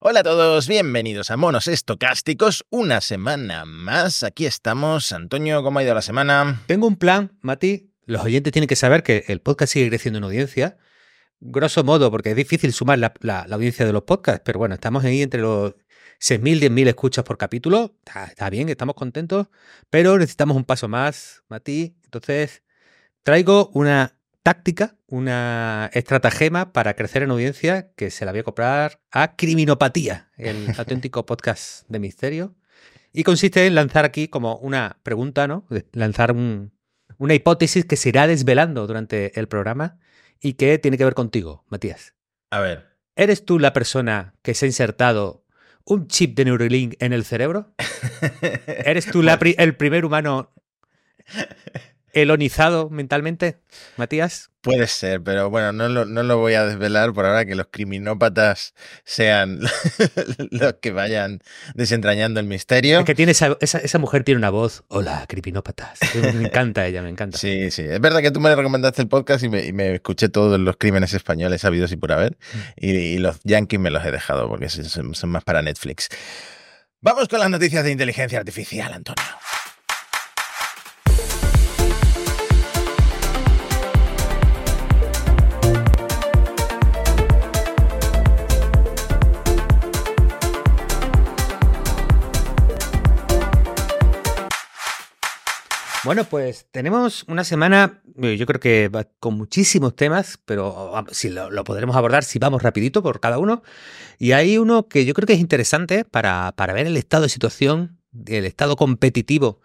Hola a todos, bienvenidos a Monos Estocásticos, una semana más. Aquí estamos. Antonio, ¿cómo ha ido la semana? Tengo un plan, Mati. Los oyentes tienen que saber que el podcast sigue creciendo en audiencia. Grosso modo, porque es difícil sumar la audiencia de los podcasts, pero bueno, estamos ahí entre los 6.000, 10.000 escuchas por capítulo. Está bien, estamos contentos, pero necesitamos un paso más, Mati. Entonces, traigo una táctica, una estratagema para crecer en audiencia que se la voy a comprar a Criminopatía, el auténtico podcast de misterio. Y consiste en lanzar aquí como una pregunta, ¿no? Lanzar una hipótesis que se irá desvelando durante el programa y que tiene que ver contigo, Matías. A ver. ¿Eres tú la persona que se ha insertado un chip de Neuralink en el cerebro? ¿Eres tú el primer humano elonizado mentalmente, Matías? Puede ser, pero bueno, no lo voy a desvelar por ahora, que los criminópatas sean los que vayan desentrañando el misterio. Es que tiene esa mujer tiene una voz. Hola, criminópatas. Me encanta ella, me encanta. Sí. Es verdad que tú me recomendaste el podcast y me escuché todos los crímenes españoles habidos y por haber. Y los yankees me los he dejado porque son más para Netflix. Vamos con las noticias de inteligencia artificial, Antonio. Bueno, pues tenemos una semana, yo creo que va con muchísimos temas, pero si lo podremos abordar si vamos rapidito por cada uno. Y hay uno que yo creo que es interesante para ver el estado de situación, el estado competitivo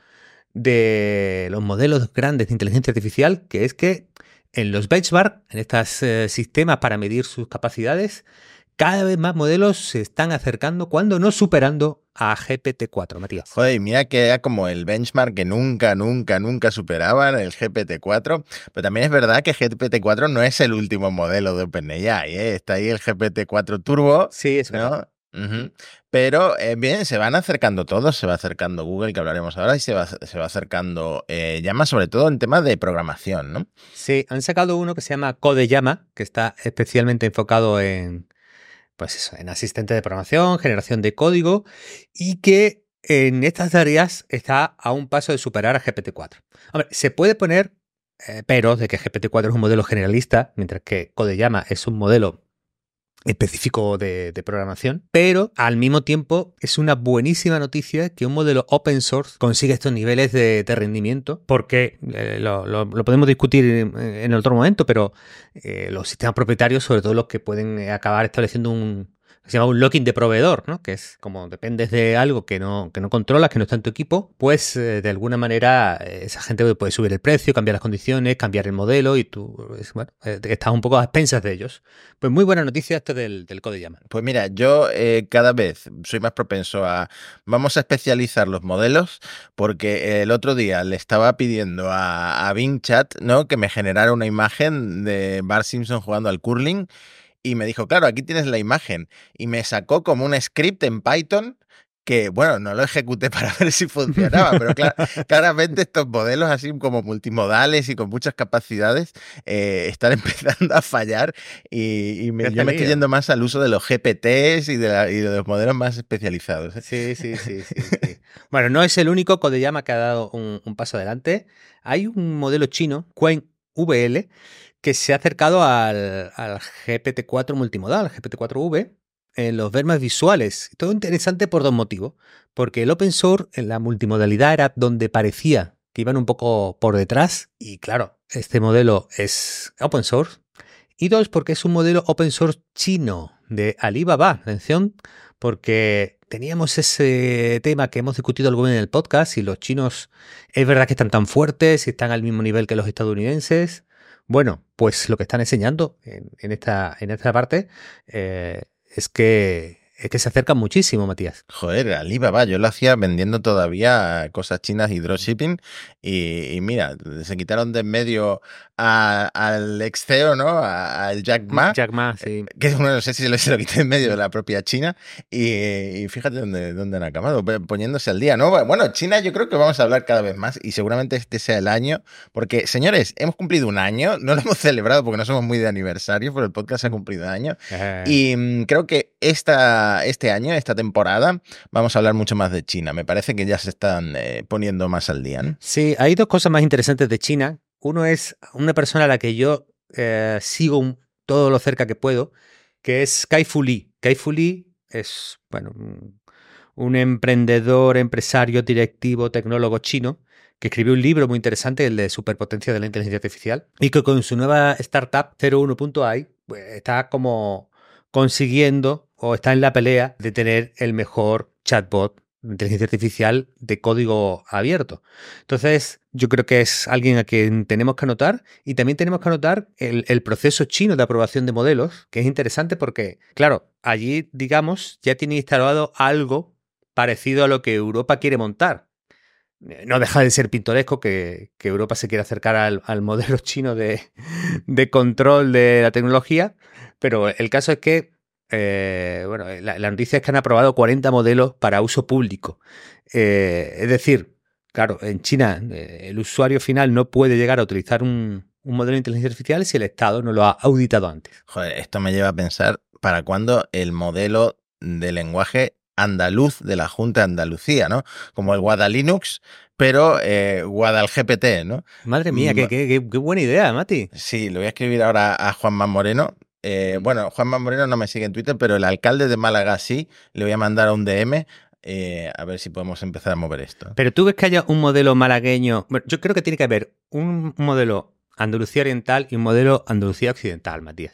de los modelos grandes de inteligencia artificial, que es que en los benchmark, en estos sistemas para medir sus capacidades, cada vez más modelos se están acercando, cuando no superando a GPT-4, Matías. Joder, mira que era como el benchmark que nunca superaban, el GPT-4. Pero también es verdad que GPT-4 no es el último modelo de OpenAI, ¿eh? Está ahí el GPT-4 Turbo. Sí, es verdad. ¿No? Uh-huh. Pero bien, se van acercando todos, se va acercando Google, que hablaremos ahora, y se va acercando Llama, sobre todo en temas de programación, ¿no? Sí, han sacado uno que se llama CodeLlama, que está especialmente enfocado en asistente de programación, generación de código, y que en estas áreas está a un paso de superar a GPT-4. Hombre, se puede poner peros de que GPT-4 es un modelo generalista, mientras que CodeLlama es un modelo específico de programación, pero al mismo tiempo es una buenísima noticia que un modelo open source consiga estos niveles de rendimiento, porque lo podemos discutir en otro momento, pero los sistemas propietarios, sobre todo los que pueden acabar estableciendo se llama un locking de proveedor, ¿no? Que es como dependes de algo que no controlas, que no está en tu equipo, pues de alguna manera esa gente puede subir el precio, cambiar las condiciones, cambiar el modelo y tú estás un poco a expensas de ellos. Pues muy buena noticia esto del CodeLlama. Pues mira, yo cada vez soy más propenso vamos a especializar los modelos, porque el otro día le estaba pidiendo a Bing Chat, ¿no?, que me generara una imagen de Bart Simpson jugando al curling. Y me dijo, claro, aquí tienes la imagen. Y me sacó como un script en Python que, bueno, no lo ejecuté para ver si funcionaba, pero claramente estos modelos así como multimodales y con muchas capacidades están empezando a fallar y yo me estoy yendo más al uso de los GPTs y de los modelos más especializados, ¿eh? Sí. Bueno, no es el único CodeLlama que ha dado un paso adelante. Hay un modelo chino, QuenVL, que se ha acercado al GPT-4 multimodal, GPT-4V, en los verbos visuales. Todo interesante por dos motivos. Porque el open source en la multimodalidad era donde parecía que iban un poco por detrás. Y claro, este modelo es open source. Y dos, porque es un modelo open source chino de Alibaba. Atención, porque teníamos ese tema que hemos discutido alguna vez en el podcast. Y los chinos es verdad que están tan fuertes y están al mismo nivel que los estadounidenses. Bueno, pues lo que están enseñando en esta parte es que se acercan muchísimo, Matías. Joder, Alibaba, yo lo hacía vendiendo todavía cosas chinas y dropshipping y mira, se quitaron de en medio al ex CEO, ¿no? Al Jack Ma. Jack Ma, sí. Que bueno, no sé si se lo quité en medio de la propia China y fíjate dónde han acabado, poniéndose al día, ¿no? Bueno, China yo creo que vamos a hablar cada vez más y seguramente este sea el año, porque, señores, hemos cumplido un año, no lo hemos celebrado porque no somos muy de aniversario, pero el podcast ha cumplido un año y creo que este año, esta temporada, vamos a hablar mucho más de China. Me parece que ya se están poniendo más al día, ¿no? Sí, hay dos cosas más interesantes de China. Uno es una persona a la que yo sigo todo lo cerca que puedo, que es Kai-Fu Lee. Kai-Fu Lee es, bueno, un emprendedor, empresario, directivo, tecnólogo chino que escribió un libro muy interesante, el de Superpotencia de la Inteligencia Artificial, y que con su nueva startup 01.ai pues, está como consiguiendo o está en la pelea de tener el mejor chatbot de inteligencia artificial de código abierto. Entonces, yo creo que es alguien a quien tenemos que anotar y también tenemos que anotar el proceso chino de aprobación de modelos, que es interesante porque, claro, allí, digamos, ya tiene instalado algo parecido a lo que Europa quiere montar. No deja de ser pintoresco que Europa se quiera acercar al modelo chino de control de la tecnología, pero el caso es que bueno, la noticia es que han aprobado 40 modelos para uso público. Es decir, claro, en China el usuario final no puede llegar a utilizar un modelo de inteligencia artificial si el Estado no lo ha auditado antes. Joder, esto me lleva a pensar para cuándo el modelo de lenguaje andaluz de la Junta de Andalucía, ¿no? Como el Guadalinux, pero GuadalGPT, ¿no? Madre mía, qué buena idea, Mati. Sí, le voy a escribir ahora a Juanma Moreno. Bueno, Juanma Moreno no me sigue en Twitter, pero el alcalde de Málaga sí. Le voy a mandar un DM a ver si podemos empezar a mover esto. Pero tú ves que haya un modelo malagueño. Bueno, yo creo que tiene que haber un modelo Andalucía Oriental y un modelo Andalucía Occidental, Matías.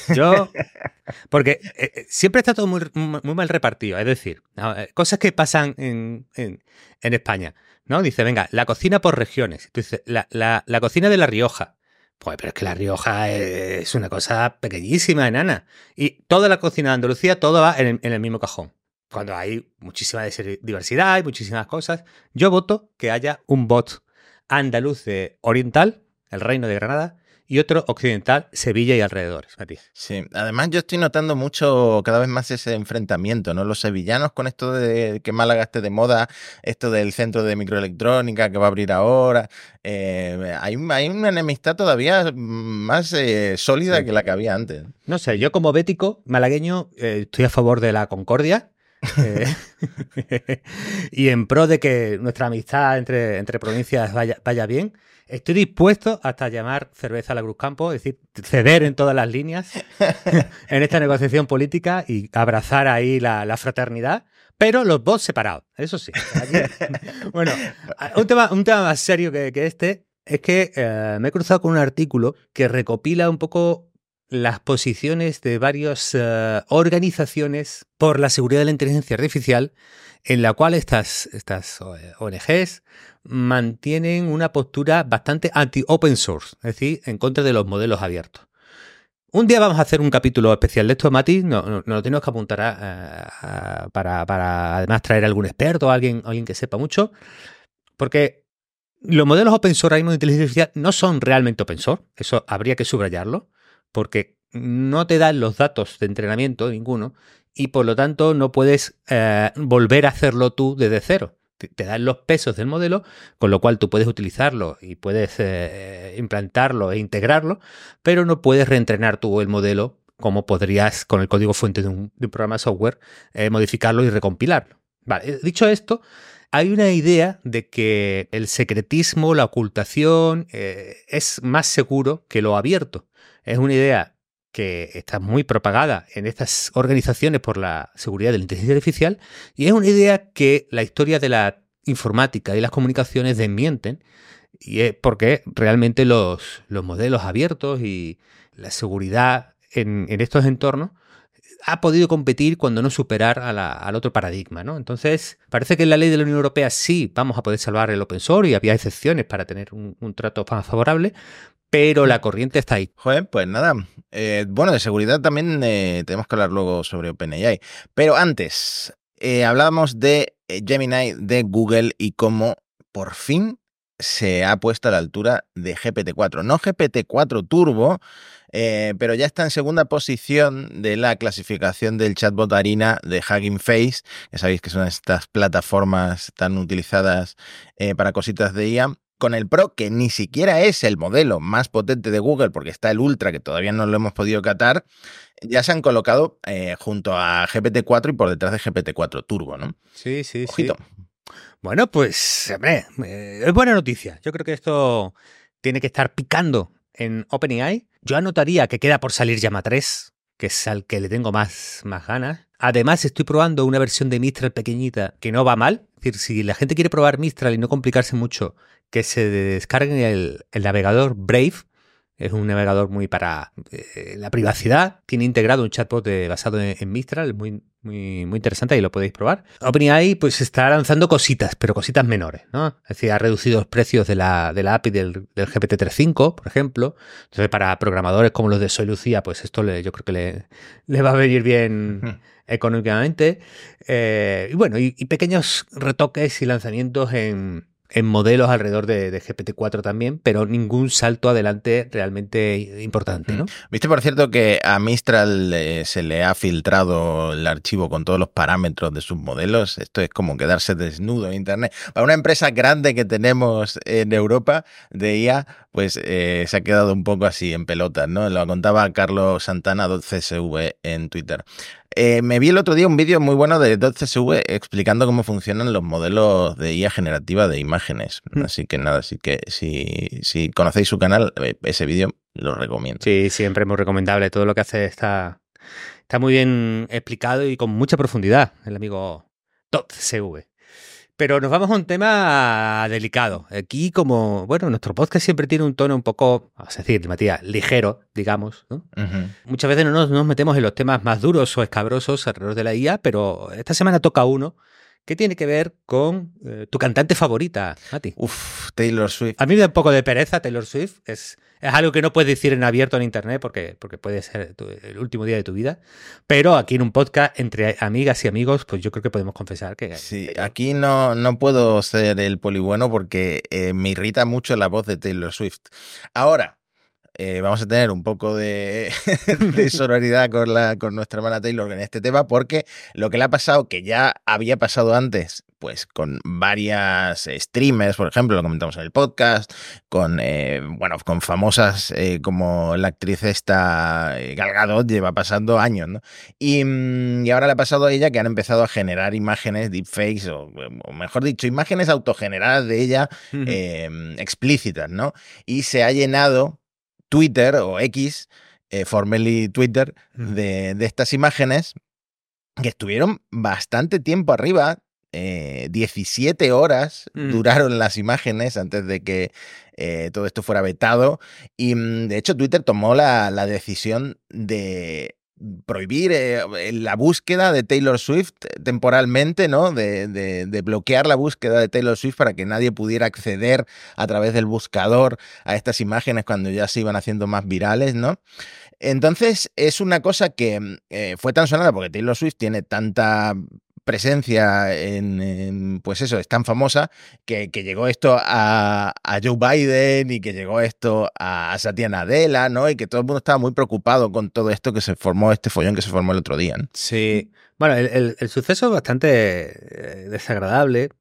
Porque siempre está todo muy, muy mal repartido. Es decir, cosas que pasan en España, ¿no? Dice, venga, la cocina por regiones. Tú dices, la cocina de La Rioja. Pues, pero es que La Rioja es una cosa pequeñísima, enana. Y toda la cocina de Andalucía, todo va en el mismo cajón. Cuando hay muchísima diversidad, hay muchísimas cosas. Yo voto que haya un bot andaluz de Oriental, el Reino de Granada, y otro occidental, Sevilla y alrededores, Matías. Sí, además yo estoy notando mucho, cada vez más ese enfrentamiento, ¿no? Los sevillanos con esto de que Málaga esté de moda, esto del centro de microelectrónica que va a abrir ahora. Hay una enemistad todavía más sólida Sí. que la que había antes. No sé, yo como bético malagueño estoy a favor de la concordia. Y en pro de que nuestra amistad entre provincias vaya bien, estoy dispuesto hasta llamar cerveza a la Cruzcampo, es decir, ceder en todas las líneas en esta negociación política y abrazar ahí la fraternidad, pero los bots separados, eso sí. Bueno, un tema más serio que este es que me he cruzado con un artículo que recopila un poco las posiciones de varias organizaciones por la seguridad de la inteligencia artificial, en la cual estas ONGs mantienen una postura bastante anti-open source, es decir, en contra de los modelos abiertos. Un día vamos a hacer un capítulo especial de esto, Mati, no lo tenemos que apuntar para además traer a algún experto, alguien que sepa mucho, porque los modelos open source ahora mismo de inteligencia artificial no son realmente open source, eso habría que subrayarlo, porque no te dan los datos de entrenamiento ninguno y por lo tanto no puedes volver a hacerlo tú desde cero. Te dan los pesos del modelo, con lo cual tú puedes utilizarlo y puedes implantarlo e integrarlo, pero no puedes reentrenar tú el modelo como podrías con el código fuente de un programa de software, modificarlo y recompilarlo. Vale, dicho esto, hay una idea de que el secretismo, la ocultación, es más seguro que lo abierto. Es una idea que está muy propagada en estas organizaciones por la seguridad de la inteligencia artificial y es una idea que la historia de la informática y las comunicaciones desmienten, y es porque realmente los modelos abiertos y la seguridad en estos entornos ha podido competir cuando no superar al otro paradigma, ¿no? Entonces, parece que en la ley de la Unión Europea sí vamos a poder salvar el open source y había excepciones para tener un trato más favorable, pero la corriente está ahí. Joder, pues nada. Bueno, de seguridad también tenemos que hablar luego sobre OpenAI. Pero antes, hablábamos de Gemini de Google y cómo por fin se ha puesto a la altura de GPT-4. No GPT-4 Turbo, pero ya está en segunda posición de la clasificación del chatbot Arina de Hugging Face. Ya sabéis que son estas plataformas tan utilizadas para cositas de IA. con el Pro, que ni siquiera es el modelo más potente de Google, porque está el Ultra, que todavía no lo hemos podido catar, ya se han colocado junto a GPT-4 y por detrás de GPT-4 Turbo, ¿no? Sí, sí, Ojito. sí. Bueno, pues, hombre, es buena noticia. Yo creo que esto tiene que estar picando en OpenAI. Yo anotaría que queda por salir Llama 3, que es al que le tengo más ganas. Además, estoy probando una versión de Mistral pequeñita que no va mal. Es decir, si la gente quiere probar Mistral y no complicarse mucho, que se descarguen el navegador Brave. Es un navegador muy para la privacidad. Tiene integrado un chatbot basado en Mistral, muy, muy, muy interesante, ahí lo podéis probar. OpenAI pues está lanzando cositas, pero cositas menores, ¿no? Es decir, ha reducido los precios de la API del GPT-3.5, por ejemplo. Entonces, para programadores como los de Soy Lucía, pues esto yo creo que le va a venir bien económicamente. Y bueno, y pequeños retoques y lanzamientos en modelos alrededor de GPT-4 también, pero ningún salto adelante realmente importante, ¿no? Viste, por cierto, que a Mistral se le ha filtrado el archivo con todos los parámetros de sus modelos. Esto es como quedarse desnudo en Internet. Para una empresa grande que tenemos en Europa de IA, pues se ha quedado un poco así en pelotas, ¿no? Lo contaba Carlos Santana, .csv, en Twitter. Me vi el otro día un vídeo muy bueno de .csv explicando cómo funcionan los modelos de IA generativa de imágenes. Así que nada, así que si conocéis su canal, ese vídeo lo recomiendo. Sí, siempre es muy recomendable. Todo lo que hace está muy bien explicado y con mucha profundidad, el amigo .csv. Pero nos vamos a un tema delicado. Aquí, como, bueno, nuestro podcast siempre tiene un tono un poco, vamos a decir, Matías, ligero, digamos, ¿no? Muchas veces no nos metemos en los temas más duros o escabrosos alrededor de la IA, pero esta semana toca uno que tiene que ver con tu cantante favorita, Mati. Taylor Swift. A mí me da un poco de pereza Taylor Swift. Es algo que no puedes decir en abierto en internet porque puede ser el último día de tu vida. Pero aquí en un podcast entre amigas y amigos, pues yo creo que podemos confesar que... Sí, aquí no puedo ser el polibueno porque me irrita mucho la voz de Taylor Swift. Ahora, vamos a tener un poco de sororidad con nuestra hermana Taylor en este tema, porque lo que le ha pasado, que ya había pasado antes, pues con varias streamers, por ejemplo, lo comentamos en el podcast, con famosas como la actriz esta Gal Gadot, lleva pasando años, ¿no? Y ahora le ha pasado a ella que han empezado a generar imágenes deepfakes, o mejor dicho, imágenes autogeneradas de ella explícitas, ¿no? Y se ha llenado Twitter o X, formerly Twitter, de estas imágenes que estuvieron bastante tiempo arriba. 17 horas duraron las imágenes antes de que todo esto fuera vetado. Y de hecho Twitter tomó la decisión de prohibir la búsqueda de Taylor Swift temporalmente, ¿no? De bloquear la búsqueda de Taylor Swift para que nadie pudiera acceder a través del buscador a estas imágenes cuando ya se iban haciendo más virales, ¿no? Entonces es una cosa que fue tan sonada porque Taylor Swift tiene tanta presencia pues eso, es tan famosa que llegó esto a Joe Biden y que llegó esto a Satya Nadella, ¿no? Y que todo el mundo estaba muy preocupado con todo esto que se formó, este follón que se formó el otro día, ¿no? Sí, bueno, el suceso es bastante desagradable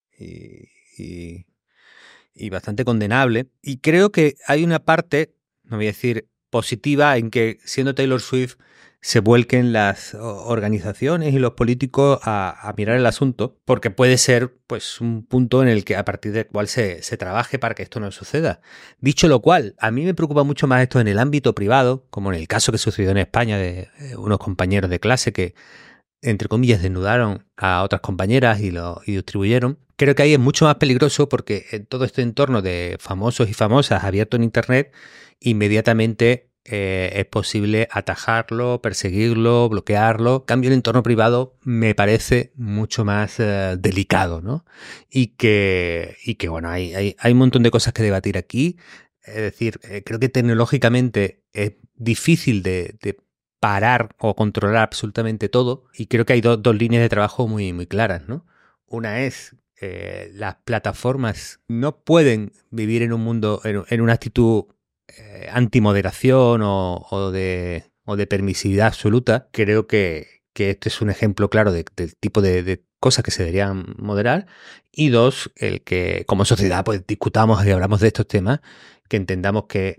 y bastante condenable, y creo que hay una parte, no voy a decir positiva, en que siendo Taylor Swift se vuelquen las organizaciones y los políticos a mirar el asunto, porque puede ser pues un punto en el que a partir del cual se trabaje para que esto no suceda. Dicho lo cual, a mí me preocupa mucho más esto en el ámbito privado, como en el caso que sucedió en España de unos compañeros de clase que, entre comillas, desnudaron a otras compañeras y distribuyeron. Creo que ahí es mucho más peligroso porque en todo este entorno de famosos y famosas abierto en internet, inmediatamente es posible atajarlo, perseguirlo, bloquearlo. En cambio, el entorno privado me parece mucho más delicado, ¿no? Y que bueno, hay un montón de cosas que debatir aquí. Es decir, creo que tecnológicamente es difícil de parar o controlar absolutamente todo, y creo que hay dos líneas de trabajo muy, muy claras, ¿no? Una es las plataformas no pueden vivir en un mundo, en una actitud antimoderación o de permisividad absoluta. Creo que este es un ejemplo claro del tipo de cosas que se deberían moderar. Y dos, el que como sociedad pues discutamos y hablamos de estos temas, que entendamos que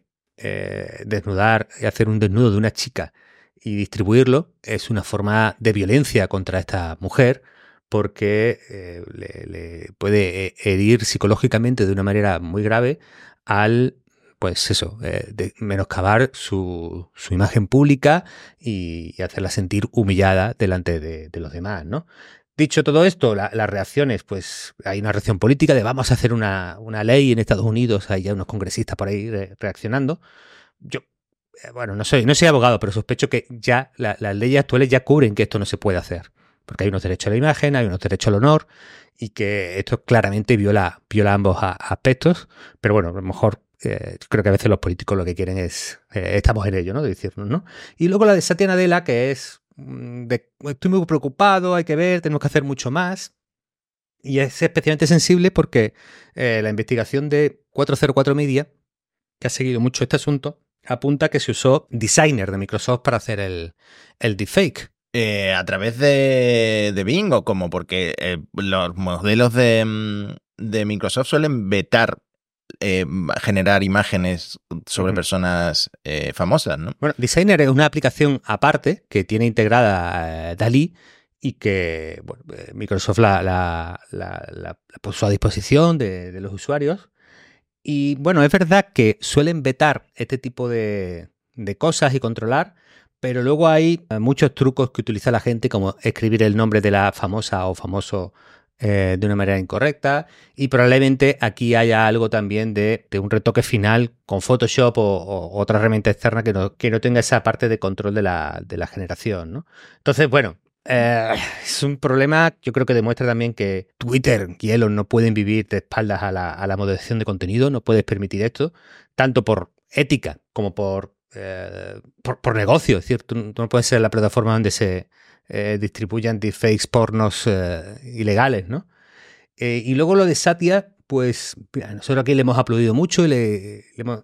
desnudar y hacer un desnudo de una chica y distribuirlo es una forma de violencia contra esta mujer, porque le puede herir psicológicamente de una manera muy grave al, pues eso, de menoscabar su imagen pública y hacerla sentir humillada delante de los demás, ¿no? Dicho todo esto, las reacciones, pues hay una reacción política de vamos a hacer una ley en Estados Unidos, hay ya unos congresistas por ahí reaccionando. Yo, bueno, no soy abogado, pero sospecho que ya las leyes actuales ya cubren que esto no se puede hacer, porque hay unos derechos a la imagen, hay unos derechos al honor, y que esto claramente viola ambos aspectos, pero bueno, a lo mejor creo que a veces los políticos lo que quieren es, estamos en ello, ¿no? De decirnos, ¿no? Y luego la de Satya Nadella, que es, estoy muy preocupado, hay que ver, tenemos que hacer mucho más. Y es especialmente sensible porque la investigación de 404 Media, que ha seguido mucho este asunto, apunta que se usó Designer de Microsoft para hacer el deepfake. A través de Bing o cómo, porque los modelos de Microsoft suelen vetar generar imágenes sobre personas famosas, ¿no? Bueno, Designer es una aplicación aparte que tiene integrada DALL-E y que bueno, Microsoft la puso a disposición de los usuarios. Y bueno, es verdad que suelen vetar este tipo de cosas y controlar, pero luego hay muchos trucos que utiliza la gente, como escribir el nombre de la famosa o famoso de una manera incorrecta, y probablemente aquí haya algo también de un retoque final con Photoshop o otra herramienta externa que no tenga esa parte de control de la generación, ¿no? Entonces, bueno, es un problema, yo creo que demuestra también que Twitter y Elon no pueden vivir de espaldas a la moderación de contenido, no puedes permitir esto, tanto por ética como por negocio. Es decir, tú no puedes ser la plataforma donde se distribuyan deepfakes pornos ilegales, ¿no? Y luego lo de Satya, pues mira, nosotros aquí le hemos aplaudido mucho y le hemos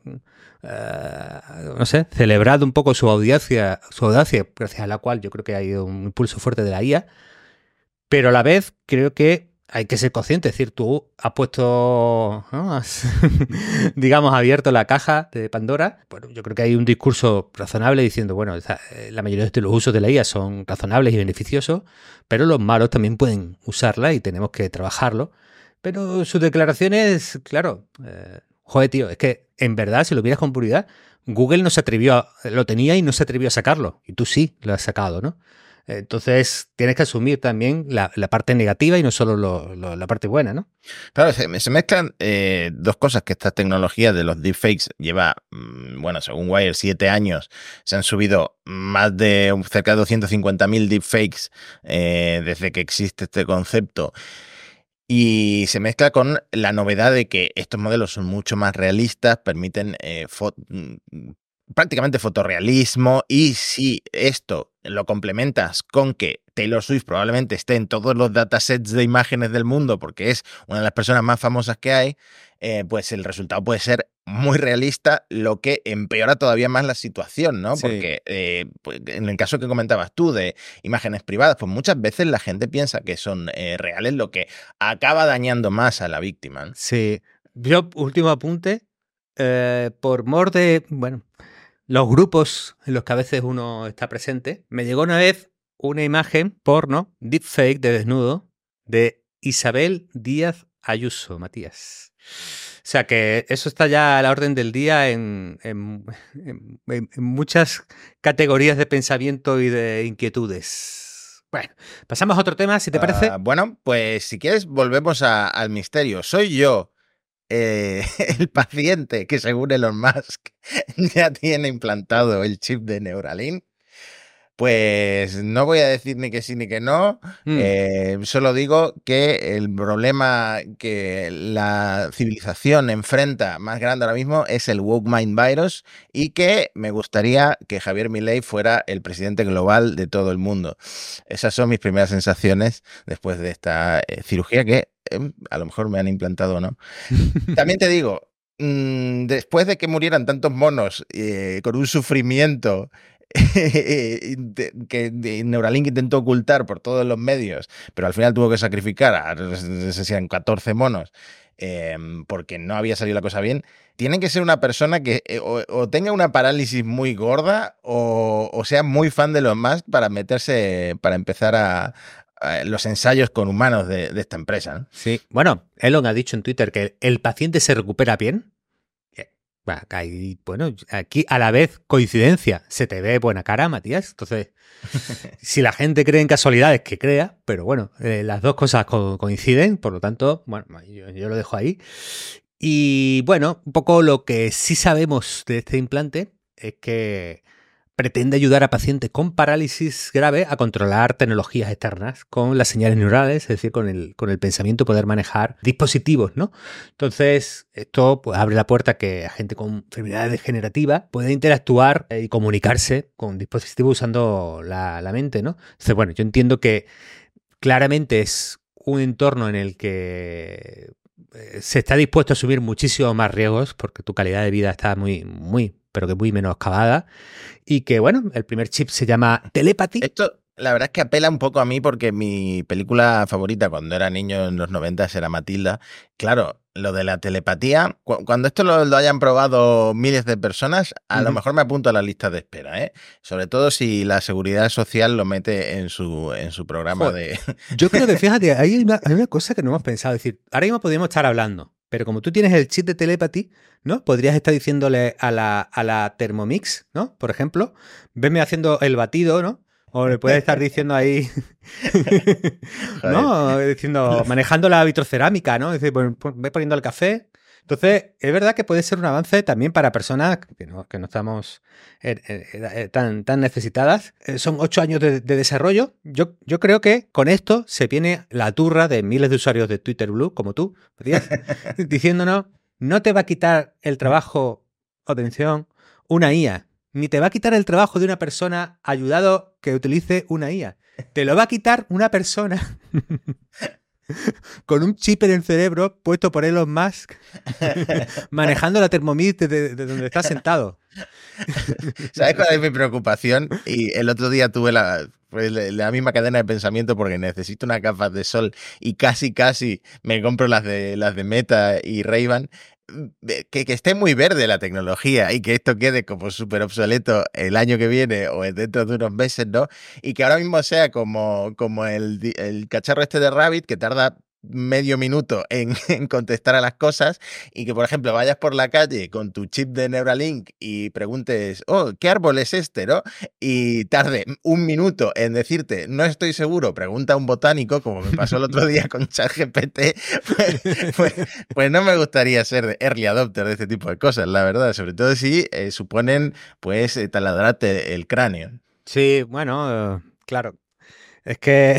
no sé, celebrado un poco su audacia, gracias a la cual yo creo que ha ido un impulso fuerte de la IA, pero a la vez creo que hay que ser consciente, es decir, tú has puesto, ¿no? Has, digamos, abierto la caja de Pandora. Bueno, yo creo que hay un discurso razonable diciendo, bueno, la mayoría de los usos de la IA son razonables y beneficiosos, pero los malos también pueden usarla y tenemos que trabajarlo. Pero sus declaraciones, claro, joder, tío, es que en verdad, si lo vieras con puridad, Google no se atrevió lo tenía y no se atrevió a sacarlo. Y tú sí lo has sacado, ¿no? Entonces tienes que asumir también la parte negativa y no solo la parte buena, ¿no? Claro, se mezclan dos cosas, que esta tecnología de los deepfakes lleva, bueno, según Wire, 7 años. Se han subido más de cerca de 250.000 deepfakes desde que existe este concepto. Y se mezcla con la novedad de que estos modelos son mucho más realistas, permiten prácticamente fotorrealismo, y si esto lo complementas con que Taylor Swift probablemente esté en todos los datasets de imágenes del mundo porque es una de las personas más famosas que hay, pues el resultado puede ser muy realista, lo que empeora todavía más la situación, ¿no? Sí. Porque pues en el caso que comentabas tú de imágenes privadas, pues muchas veces la gente piensa que son reales, lo que acaba dañando más a la víctima, ¿no? Sí. Yo, último apunte, por mor de, bueno, los grupos en los que a veces uno está presente, me llegó una vez una imagen porno, deepfake de desnudo, de Isabel Díaz Ayuso, Matías. O sea que eso está ya a la orden del día en muchas categorías de pensamiento y de inquietudes. Bueno, pasamos a otro tema, si te parece. Bueno, pues si quieres volvemos al misterio. Soy yo el paciente que según Elon Musk ya tiene implantado el chip de Neuralink. Pues no voy a decir ni que sí ni que no, solo digo que el problema que la civilización enfrenta más grande ahora mismo es el woke mind virus, y que me gustaría que Javier Milei fuera el presidente global de todo el mundo. Esas son mis primeras sensaciones después de esta cirugía que a lo mejor me han implantado o no. También te digo, después de que murieran tantos monos con un sufrimiento que Neuralink intentó ocultar por todos los medios, pero al final tuvo que sacrificar a, no sé si eran 14 monos, porque no había salido la cosa bien. Tiene que ser una persona que o tenga una parálisis muy gorda o sea muy fan de los Musk para meterse, para empezar a los ensayos con humanos de esta empresa, ¿no? Sí, bueno, Elon ha dicho en Twitter que el paciente se recupera bien. Bueno, aquí a la vez coincidencia, se te ve buena cara, Matías. Entonces, si la gente cree en casualidades, que crea, pero bueno, las dos cosas coinciden, por lo tanto, bueno, yo lo dejo ahí. Y bueno, un poco lo que sí sabemos de este implante es que pretende ayudar a pacientes con parálisis grave a controlar tecnologías externas con las señales neurales, es decir, con el pensamiento poder manejar dispositivos, ¿no? Entonces, esto pues, abre la puerta a que a gente con enfermedades degenerativas pueda interactuar y comunicarse con dispositivos usando la mente, ¿no? Entonces, bueno, yo entiendo que claramente es un entorno en el que se está dispuesto a asumir muchísimos más riesgos porque tu calidad de vida está pero que muy menoscabada. Y que, bueno, el primer chip se llama Telepathy. Esto, la verdad es que apela un poco a mí porque mi película favorita cuando era niño en los 90 era Matilda. Claro, lo de la telepatía, cuando esto lo hayan probado miles de personas, a lo mejor me apunto a la lista de espera, ¿eh? Sobre todo si la Seguridad Social lo mete en su programa. Joder, de... Yo creo que, fíjate, hay una cosa que no hemos pensado. Es decir, ahora mismo podríamos estar hablando, pero como tú tienes el chip de Telepathy, ¿no? Podrías estar diciéndole a la Thermomix, ¿no? Por ejemplo, venme haciendo el batido, ¿no? O le puedes estar diciendo ahí, ¿no? Diciendo, manejando la vitrocerámica, ¿no? Es decir, pues, ve poniendo el café. Entonces, es verdad que puede ser un avance también para personas que no estamos tan necesitadas. Son 8 años de desarrollo. Yo creo que con esto se viene la turra de miles de usuarios de Twitter Blue, como tú, Matías, diciéndonos, no te va a quitar el trabajo, atención, una IA. Ni te va a quitar el trabajo de una persona ayudado que utilice una IA. Te lo va a quitar una persona con un chip en el cerebro puesto por Elon Musk manejando la Thermomix de donde está sentado. ¿Sabes cuál es mi preocupación? Y el otro día tuve la misma cadena de pensamiento porque necesito unas gafas de sol y casi me compro las de Meta y Ray-Ban. Que esté muy verde la tecnología y que esto quede como súper obsoleto el año que viene o dentro de unos meses, ¿no? Y que ahora mismo sea como el cacharro este de Rabbit que tarda medio minuto en contestar a las cosas y que, por ejemplo, vayas por la calle con tu chip de Neuralink y preguntes, oh, ¿qué árbol es este, no? Y tarde un minuto en decirte, no estoy seguro, pregunta a un botánico, como me pasó el otro día con ChatGPT, pues no me gustaría ser early adopter de este tipo de cosas, la verdad, sobre todo si suponen, pues, taladrarte el cráneo. Sí, bueno, claro. Es que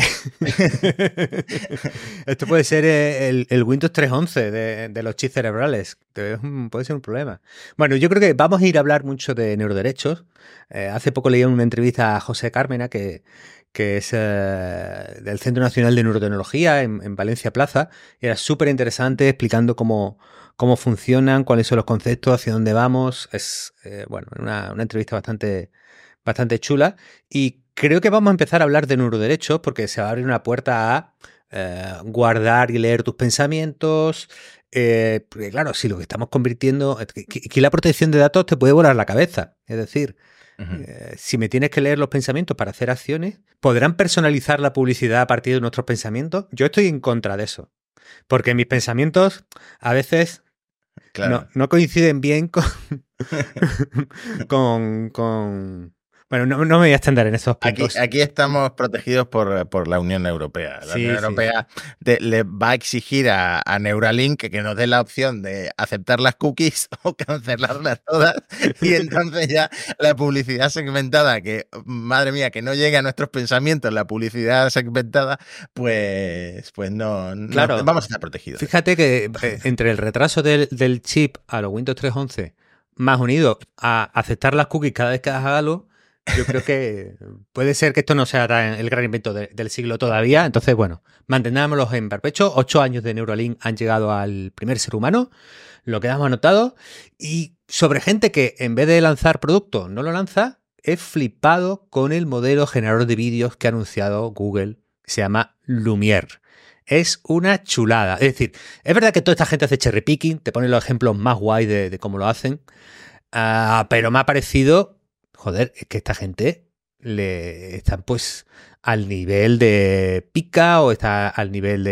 esto puede ser el Windows 3.11 de los chips cerebrales. Puede ser un problema. Bueno, yo creo que vamos a ir a hablar mucho de neuroderechos. Hace poco leí una entrevista a José Cármena, que es del Centro Nacional de Neurotecnología en Valencia Plaza. Era súper interesante explicando cómo funcionan, cuáles son los conceptos, hacia dónde vamos. Es bueno, una entrevista bastante chula. Y creo que vamos a empezar a hablar de neuroderechos porque se va a abrir una puerta a guardar y leer tus pensamientos. Porque claro, si lo que estamos convirtiendo... Aquí la protección de datos te puede volar la cabeza. Es decir, si me tienes que leer los pensamientos para hacer acciones, ¿podrán personalizar la publicidad a partir de nuestros pensamientos? Yo estoy en contra de eso. Porque mis pensamientos a veces claro, no coinciden bien con bueno, no me voy a extender en esos puntos. Aquí estamos protegidos por la Unión Europea. La Unión Europea le va a exigir a Neuralink que nos dé la opción de aceptar las cookies o cancelarlas todas. Y entonces ya la publicidad segmentada, que madre mía, que no llegue a nuestros pensamientos la publicidad segmentada, pues no, claro, no vamos a estar protegidos. Fíjate que entre el retraso del chip a los Windows 3.11 más unido a aceptar las cookies cada vez que hagas algo, yo creo que puede ser que esto no sea el gran invento del siglo todavía. Entonces, bueno, mantengámoslos en perpecho. 8 años de Neuralink han llegado al primer ser humano. Lo quedamos anotado. Y sobre gente que en vez de lanzar producto no lo lanza, he flipado con el modelo generador de vídeos que ha anunciado Google, que se llama Lumiere. Es una chulada. Es decir, es verdad que toda esta gente hace cherry picking, te ponen los ejemplos más guay de cómo lo hacen, pero me ha parecido, joder, es que esta gente están pues al nivel de Pika o está al nivel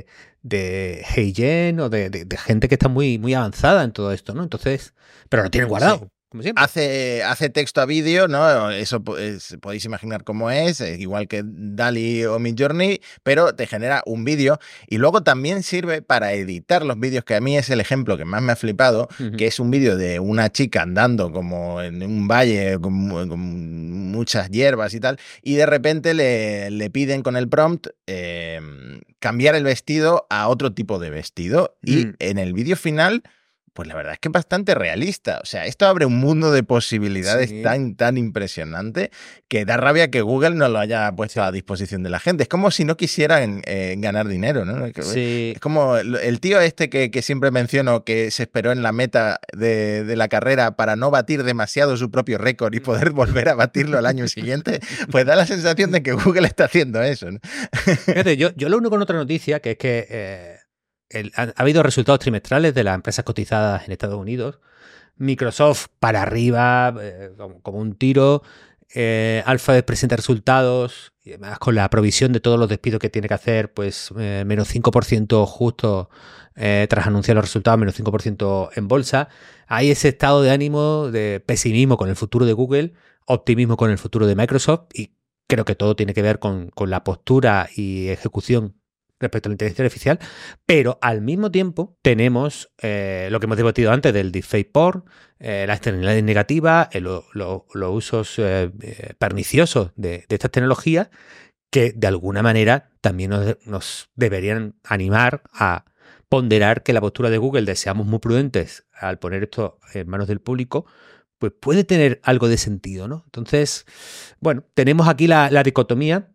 de HeyGen o de gente que está muy, muy avanzada en todo esto, ¿no? Entonces, pero lo tienen guardado. Sí. Como siempre. Hace texto a vídeo, ¿no? Eso podéis imaginar cómo es, igual que DALL-E o Midjourney, pero te genera un vídeo y luego también sirve para editar los vídeos, que a mí es el ejemplo que más me ha flipado, que es un vídeo de una chica andando como en un valle con muchas hierbas y tal, y de repente le piden con el prompt cambiar el vestido a otro tipo de vestido y en el vídeo final... Pues la verdad es que es bastante realista. O sea, esto abre un mundo de posibilidades tan impresionante que da rabia que Google no lo haya puesto a disposición de la gente. Es como si no quisieran ganar dinero, ¿no? Sí. Es como el tío este que siempre menciono que se esperó en la meta de la carrera para no batir demasiado su propio récord y poder volver a batirlo al año siguiente. Pues da la sensación de que Google está haciendo eso, ¿no? Fíjate, yo lo uno con otra noticia, que es que... ha habido resultados trimestrales de las empresas cotizadas en Estados Unidos. Microsoft para arriba, como un tiro. Alphabet presenta resultados y además con la provisión de todos los despidos que tiene que hacer, pues menos 5% justo tras anunciar los resultados, menos 5% en bolsa. Hay ese estado de ánimo, de pesimismo con el futuro de Google, optimismo con el futuro de Microsoft, y creo que todo tiene que ver con la postura y ejecución respecto a la inteligencia artificial, pero al mismo tiempo tenemos lo que hemos debatido antes del deepfake porn, la externalidad negativa, los usos perniciosos de estas tecnologías que de alguna manera también nos deberían animar a ponderar que la postura de Google de seamos muy prudentes al poner esto en manos del público, pues puede tener algo de sentido, ¿no? Entonces, bueno, tenemos aquí la dicotomía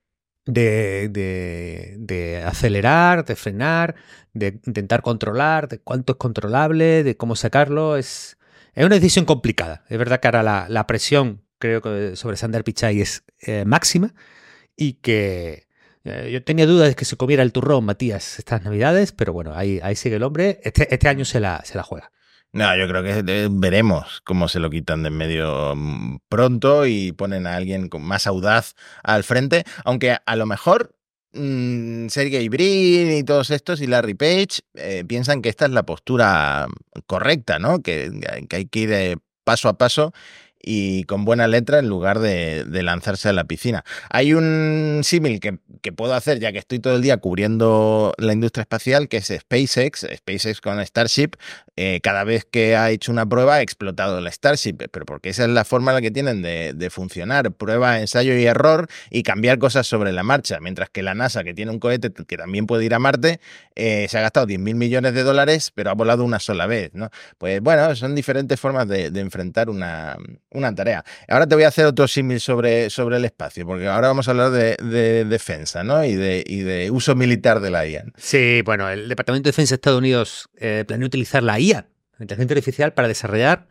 de acelerar, de frenar, de intentar controlar, de cuánto es controlable, de cómo sacarlo. Es una decisión complicada. Es verdad que ahora la presión, creo que sobre Sundar Pichai es máxima y que yo tenía dudas de que se comiera el turrón, Matías, estas navidades, pero bueno, ahí sigue el hombre. Este año se la juega. No, yo creo que veremos cómo se lo quitan de en medio pronto y ponen a alguien con más audaz al frente, aunque a lo mejor Sergey Brin y todos estos y Larry Page piensan que esta es la postura correcta, ¿no? Que hay que ir paso a paso y con buena letra en lugar de lanzarse a la piscina. Hay un símil que puedo hacer, ya que estoy todo el día cubriendo la industria espacial, que es SpaceX con Starship. Cada vez que ha hecho una prueba ha explotado la Starship, pero porque esa es la forma en la que tienen de funcionar, prueba, ensayo y error y cambiar cosas sobre la marcha, mientras que la NASA, que tiene un cohete que también puede ir a Marte, se ha gastado 10.000 millones de dólares, pero ha volado una sola vez, ¿no? Pues bueno, son diferentes formas de enfrentar una tarea. Ahora te voy a hacer otro símil sobre el espacio, porque ahora vamos a hablar de defensa, ¿no? Y de uso militar de la IA. Sí, bueno, el Departamento de Defensa de Estados Unidos planea utilizar la IA, la inteligencia artificial, para desarrollar,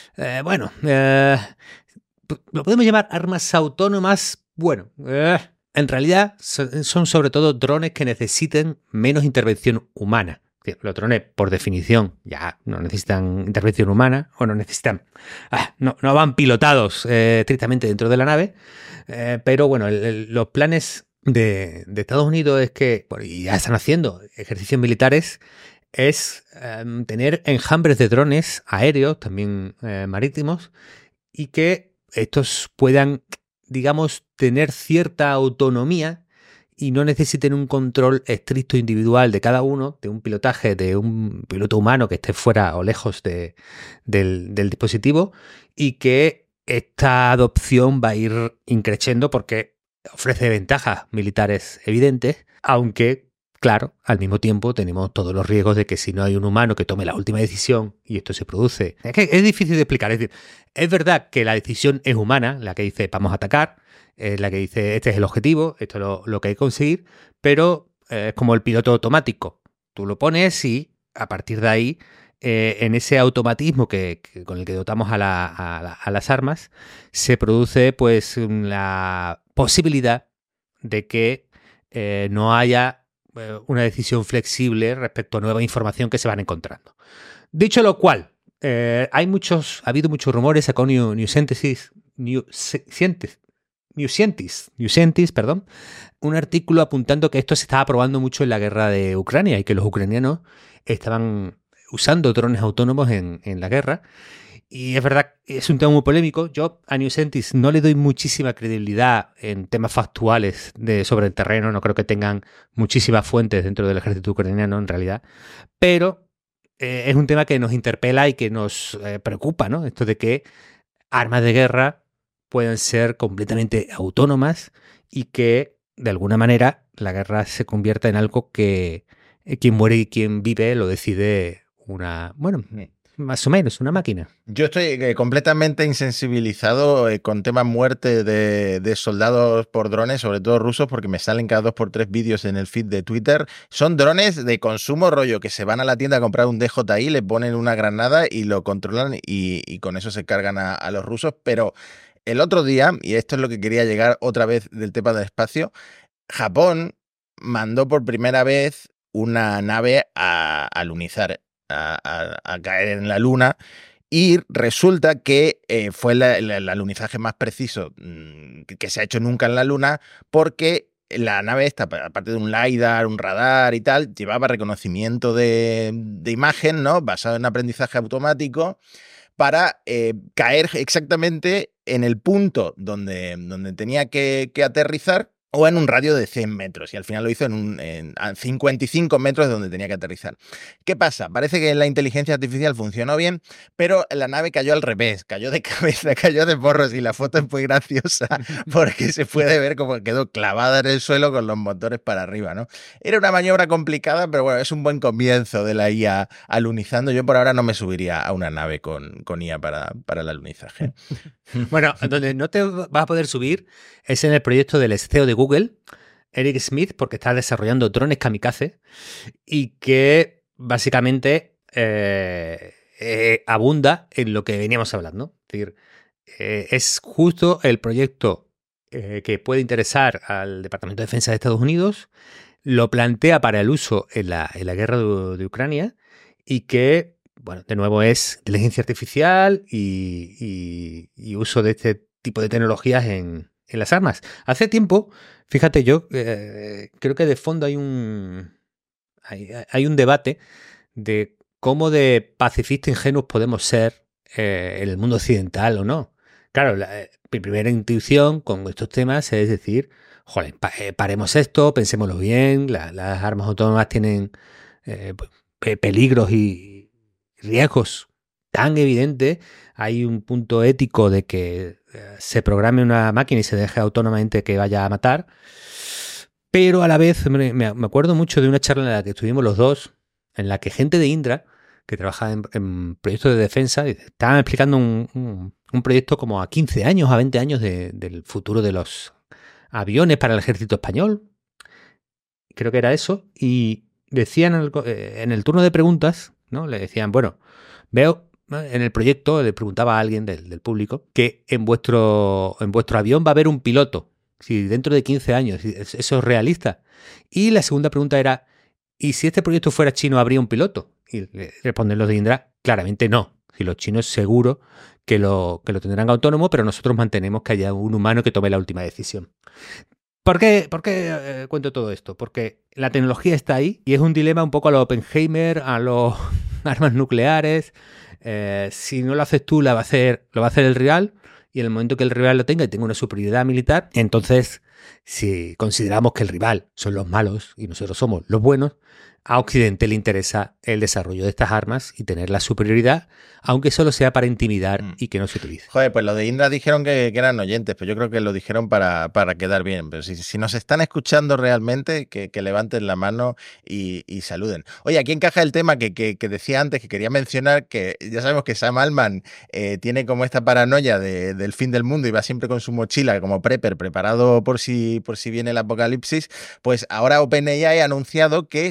lo podemos llamar armas autónomas. Bueno, en realidad son sobre todo drones que necesiten menos intervención humana. Los drones, por definición, ya no necesitan intervención humana o no necesitan, no van pilotados estrictamente dentro de la nave, pero bueno, los planes de Estados Unidos es que, bueno, y ya están haciendo ejercicios militares, es tener enjambres de drones aéreos, también marítimos, y que estos puedan, digamos, tener cierta autonomía y no necesiten un control estricto individual de cada uno, de un pilotaje de un piloto humano que esté fuera o lejos del dispositivo, y que esta adopción va a ir increciendo porque ofrece ventajas militares evidentes, aunque, claro, al mismo tiempo tenemos todos los riesgos de que si no hay un humano que tome la última decisión y esto se produce... Es que es difícil de explicar, es decir, es verdad que la decisión es humana, la que dice vamos a atacar, la que dice este es el objetivo, esto es lo que hay que conseguir, pero es como el piloto automático. Tú lo pones y a partir de ahí en ese automatismo con el que dotamos a las armas, se produce pues la posibilidad de que no haya una decisión flexible respecto a nueva información que se van encontrando. Dicho lo cual, ha habido muchos rumores, sacó New Scientist, perdón, un artículo apuntando que esto se estaba probando mucho en la guerra de Ucrania y que los ucranianos estaban usando drones autónomos en la guerra. Y es verdad, es un tema muy polémico. Yo a New Scientist no le doy muchísima credibilidad en temas factuales sobre el terreno. No creo que tengan muchísimas fuentes dentro del ejército ucraniano en realidad. Pero es un tema que nos interpela y que nos preocupa, ¿no? Esto de que armas de guerra puedan ser completamente autónomas y que, de alguna manera, la guerra se convierta en algo que quien muere y quien vive lo decide más o menos, una máquina. Yo estoy completamente insensibilizado con temas muerte de soldados por drones, sobre todo rusos, porque me salen cada 2 por 3 vídeos en el feed de Twitter. Son drones de consumo rollo, que se van a la tienda a comprar un DJI, le ponen una granada y lo controlan y con eso se cargan a los rusos. Pero el otro día, y esto es lo que quería llegar otra vez del tema del espacio, Japón mandó por primera vez una nave a alunizar. A caer en la Luna, y resulta que fue el alunizaje más preciso que se ha hecho nunca en la Luna, porque la nave esta, aparte de un LiDAR, un radar y tal, llevaba reconocimiento de imagen, ¿no? Basado en aprendizaje automático, para caer exactamente en el punto donde tenía que aterrizar, o en un radio de 100 metros, y al final lo hizo a 55 metros de donde tenía que aterrizar. ¿Qué pasa? Parece que la inteligencia artificial funcionó bien, pero la nave cayó al revés, cayó de cabeza, cayó de porros, y la foto es muy graciosa porque se puede ver cómo quedó clavada en el suelo con los motores para arriba, ¿no? Era una maniobra complicada, pero bueno, es un buen comienzo de la IA alunizando. Yo por ahora no me subiría a una nave con IA para el alunizaje. Bueno, donde no te vas a poder subir es en el proyecto del CEO de Google, Eric Schmidt, porque está desarrollando drones kamikaze y que básicamente abunda en lo que veníamos hablando. Es decir, es justo el proyecto que puede interesar al Departamento de Defensa de Estados Unidos, lo plantea para el uso en la guerra de Ucrania y que, bueno, de nuevo es inteligencia artificial y uso de este tipo de tecnologías en las armas. Hace tiempo, fíjate, yo creo que de fondo hay un debate de cómo de pacifistas ingenuos podemos ser en el mundo occidental o no. Claro, mi primera intuición con estos temas es decir, joder, paremos esto, pensémoslo bien, las armas autónomas tienen peligros y riesgos tan evidentes. Hay un punto ético de que se programe una máquina y se deje autónomamente que vaya a matar. Pero a la vez me acuerdo mucho de una charla en la que estuvimos los dos, en la que gente de Indra, que trabaja en proyectos de defensa, estaban explicando un proyecto como a 15 años, a 20 años del futuro de los aviones para el ejército español. Creo que era eso. Y decían en el turno de preguntas, ¿no? Le decían, bueno, veo en el proyecto, le preguntaba a alguien del público, que en vuestro avión va a haber un piloto. Si dentro de 15 años, ¿eso es realista? Y la segunda pregunta era, ¿y si este proyecto fuera chino, habría un piloto? Y responden los de Indra, claramente no. Si los chinos seguro que lo tendrán autónomo, pero nosotros mantenemos que haya un humano que tome la última decisión. ¿Por qué cuento todo esto? Porque la tecnología está ahí y es un dilema un poco a lo Oppenheimer, a los armas nucleares. Si no lo haces tú, lo va a hacer el rival, y en el momento que el rival lo tenga y tenga una superioridad militar, entonces, si consideramos que el rival son los malos y nosotros somos los buenos, a Occidente le interesa el desarrollo de estas armas y tener la superioridad, aunque solo sea para intimidar y que no se utilice. Joder, pues los de Indra dijeron que eran oyentes, pero yo creo que lo dijeron para quedar bien. Pero si nos están escuchando realmente, que levanten la mano y saluden. Oye, aquí encaja el tema que decía antes, que quería mencionar, que ya sabemos que Sam Altman tiene como esta paranoia del fin del mundo y va siempre con su mochila como prepper, preparado por si viene el apocalipsis. Pues ahora OpenAI ha anunciado que se está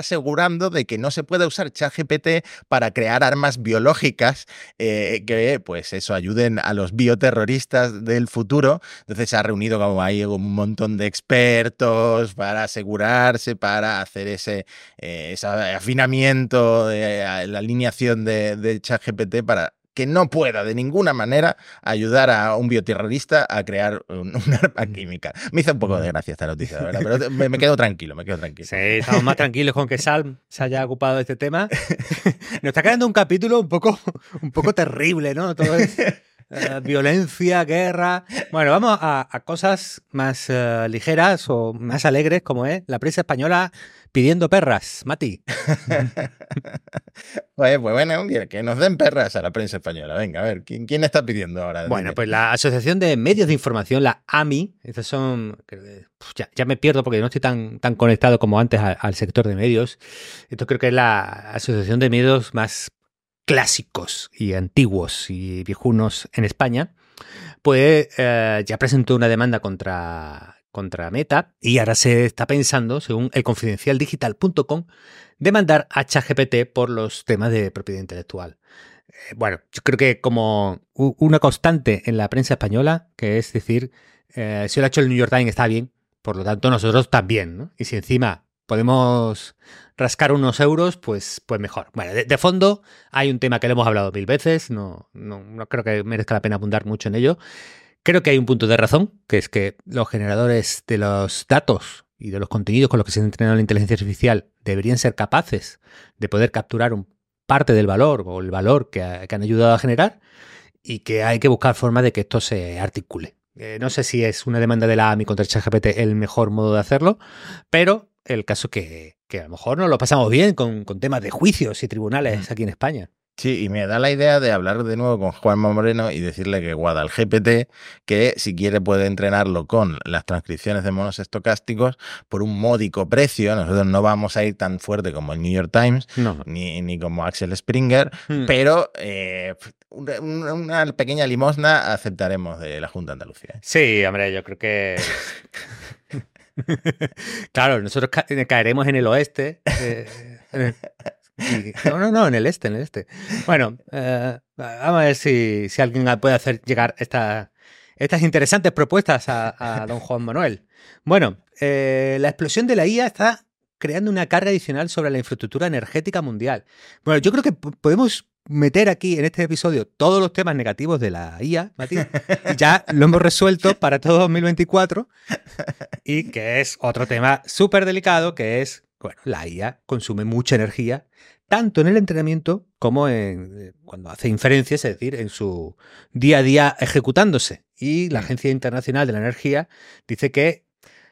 asegurando de que no se pueda usar ChatGPT para crear armas biológicas que, pues eso, ayuden a los bioterroristas del futuro. Entonces se ha reunido como ahí un montón de expertos para asegurarse, para hacer ese afinamiento de la alineación de ChatGPT para que no pueda de ninguna manera ayudar a un bioterrorista a crear un arma química. Me hizo un poco de gracia esta noticia, la verdad, pero me quedo tranquilo, me quedo tranquilo. Sí, estamos más tranquilos con que Salm se haya ocupado de este tema. Nos está quedando un capítulo un poco terrible, ¿no? Todo es violencia, guerra. Bueno, vamos a cosas más ligeras o más alegres, como es la prensa española pidiendo perras. Mati. Pues bueno, que nos den perras a la prensa española. Venga, a ver, ¿quién está pidiendo ahora? Bueno, pues la Asociación de Medios de Información, la AMI, estas son... Ya me pierdo porque no estoy tan conectado como antes al sector de medios. Esto creo que es la asociación de medios más clásicos y antiguos y viejunos en España, pues ya presentó una demanda contra Meta y ahora se está pensando, según elconfidencialdigital.com, demandar a ChatGPT por los temas de propiedad intelectual. Bueno, yo creo que como una constante en la prensa española, que es decir, si lo ha hecho el New York Times está bien, por lo tanto nosotros también, ¿no? Y si encima podemos rascar unos euros, pues mejor. Bueno, de fondo hay un tema que le hemos hablado 1000 veces, no creo que merezca la pena abundar mucho en ello. Creo que hay un punto de razón, que es que los generadores de los datos y de los contenidos con los que se ha entrenado la inteligencia artificial deberían ser capaces de poder capturar parte del valor o el valor que han ayudado a generar y que hay que buscar formas de que esto se articule. No sé si es una demanda de la AMI contra ChatGPT el mejor modo de hacerlo, pero el caso que a lo mejor nos lo pasamos bien con temas de juicios y tribunales aquí en España. Sí, y me da la idea de hablar de nuevo con Juanma Moreno y decirle que GuadalGPT, que si quiere puede entrenarlo con las transcripciones de monos estocásticos por un módico precio. Nosotros no vamos a ir tan fuerte como el New York Times, no. ni como Axel Springer, pero una pequeña limosna aceptaremos de la Junta de Andalucía. Sí, hombre, yo creo que... Claro, nosotros caeremos en el oeste. No, en el este. Bueno, vamos a ver si alguien puede hacer llegar estas interesantes propuestas a don Juan Manuel. Bueno, la explosión de la IA está creando una carga adicional sobre la infraestructura energética mundial. Bueno, yo creo que podemos meter aquí en este episodio todos los temas negativos de la IA, Mati, y ya lo hemos resuelto para todo 2024, y que es otro tema súper delicado, que es, bueno, la IA consume mucha energía, tanto en el entrenamiento como cuando hace inferencias, es decir, en su día a día ejecutándose. Y la Agencia Internacional de la Energía dice que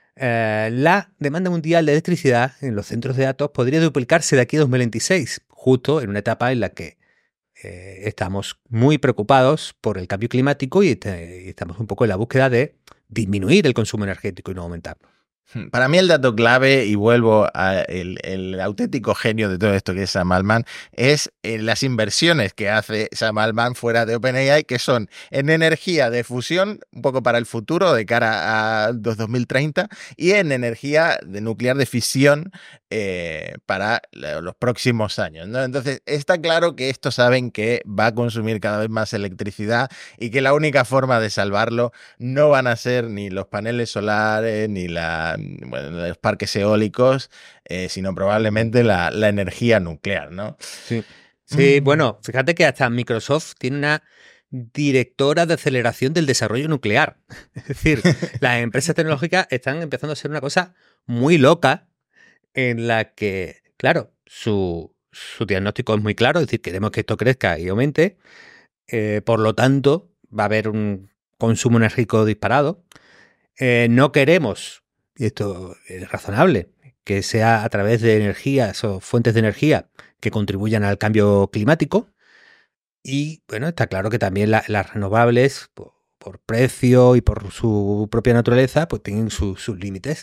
la demanda mundial de electricidad en los centros de datos podría duplicarse de aquí a 2026, justo en una etapa en la que estamos muy preocupados por el cambio climático y estamos un poco en la búsqueda de disminuir el consumo energético y no aumentarlo. Para mí el dato clave, y vuelvo al auténtico genio de todo esto que es Sam Altman, es las inversiones que hace Sam Altman fuera de OpenAI, que son en energía de fusión, un poco para el futuro, de cara a 2030, y en energía de nuclear de fisión para los próximos años, ¿no? Entonces está claro que estos saben que va a consumir cada vez más electricidad y que la única forma de salvarlo no van a ser ni los paneles solares ni los parques eólicos, sino probablemente la energía nuclear, ¿no? Sí, bueno, fíjate que hasta Microsoft tiene una directora de aceleración del desarrollo nuclear. Es decir, las empresas tecnológicas están empezando a ser una cosa muy loca en la que, claro, su diagnóstico es muy claro, es decir, queremos que esto crezca y aumente, por lo tanto, va a haber un consumo energético disparado. No queremos, y esto es razonable, que sea a través de energías o fuentes de energía que contribuyan al cambio climático. Y bueno, está claro que también las renovables, por precio y por su propia naturaleza, pues tienen sus límites.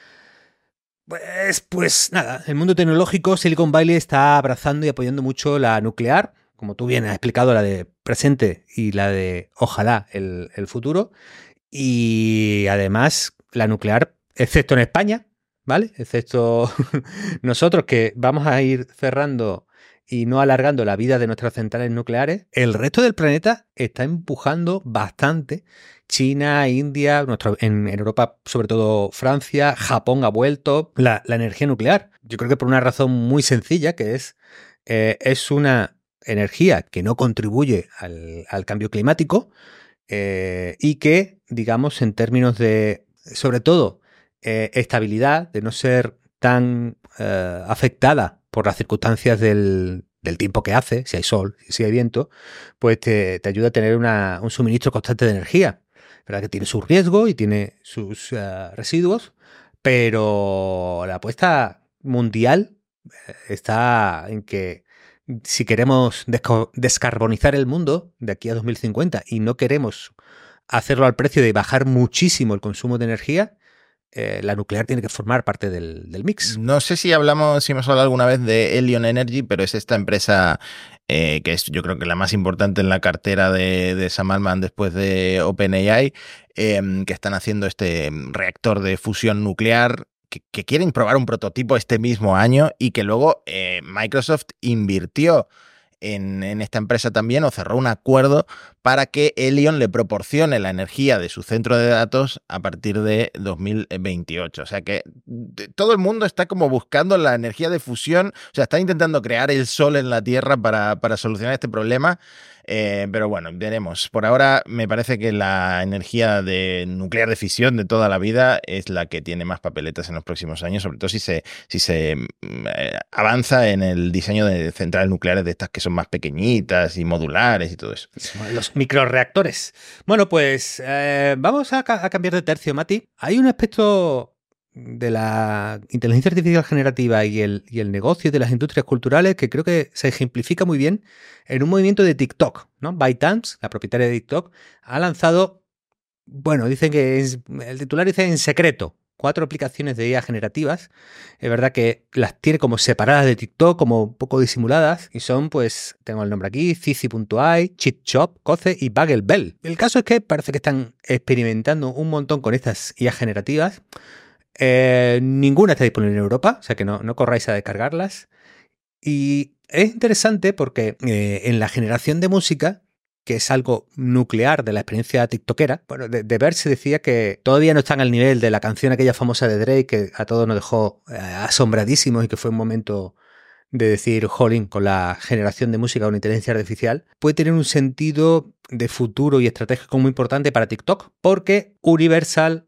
Pues nada, el mundo tecnológico, Silicon Valley está abrazando y apoyando mucho la nuclear, como tú bien has explicado, la de presente y la de, ojalá, el futuro. Y además, la nuclear, excepto en España, ¿vale? Excepto nosotros que vamos a ir cerrando y no alargando la vida de nuestras centrales nucleares, el resto del planeta está empujando bastante. China, India, en Europa sobre todo Francia, Japón ha vuelto la energía nuclear. Yo creo que por una razón muy sencilla, que es una energía que no contribuye al cambio climático y que, digamos, en términos de, sobre todo, estabilidad, de no ser tan afectada por las circunstancias del tiempo que hace, si hay sol, si hay viento, pues te ayuda a tener un suministro constante de energía. ¿Verdad? Que tiene sus riesgos y tiene sus residuos, pero la apuesta mundial está en que si queremos descarbonizar el mundo de aquí a 2050 y no queremos hacerlo al precio de bajar muchísimo el consumo de energía, la nuclear tiene que formar parte del mix. No sé si hemos hablado alguna vez de Helion Energy, pero es esta empresa que es, yo creo que la más importante en la cartera de Sam Altman después de OpenAI, que están haciendo este reactor de fusión nuclear que quieren probar un prototipo este mismo año y que luego Microsoft invirtió en esta empresa también, o cerró un acuerdo para que Helion le proporcione la energía de su centro de datos a partir de 2028. O sea que todo el mundo está como buscando la energía de fusión, o sea, está intentando crear el sol en la Tierra para solucionar este problema. Pero bueno, veremos. Por ahora me parece que la energía nuclear de fisión de toda la vida es la que tiene más papeletas en los próximos años, sobre todo si se avanza en el diseño de centrales nucleares de estas que son más pequeñitas y modulares y todo eso. Los microreactores. Bueno, pues vamos a cambiar de tercio, Mati. Hay un aspecto de la inteligencia artificial generativa y el negocio de las industrias culturales que creo que se ejemplifica muy bien en un movimiento de TikTok, ¿no? ByteDance, la propietaria de TikTok, ha lanzado, bueno, dicen que el titular dice en secreto, 4 aplicaciones de IA generativas. Es verdad que las tiene como separadas de TikTok, como un poco disimuladas, y son, pues, tengo el nombre aquí, Cici.ai, ChipChop, Coce y Bagel Bell. El caso es que parece que están experimentando un montón con estas IA generativas. Ninguna está disponible en Europa, o sea que no corráis a descargarlas. Y es interesante porque en la generación de música, que es algo nuclear de la experiencia tiktokera, bueno, de Verge decía que todavía no están al nivel de la canción aquella famosa de Drake que a todos nos dejó asombradísimos y que fue un momento de decir, jolín, con la generación de música con inteligencia artificial, puede tener un sentido de futuro y estratégico muy importante para TikTok, porque Universal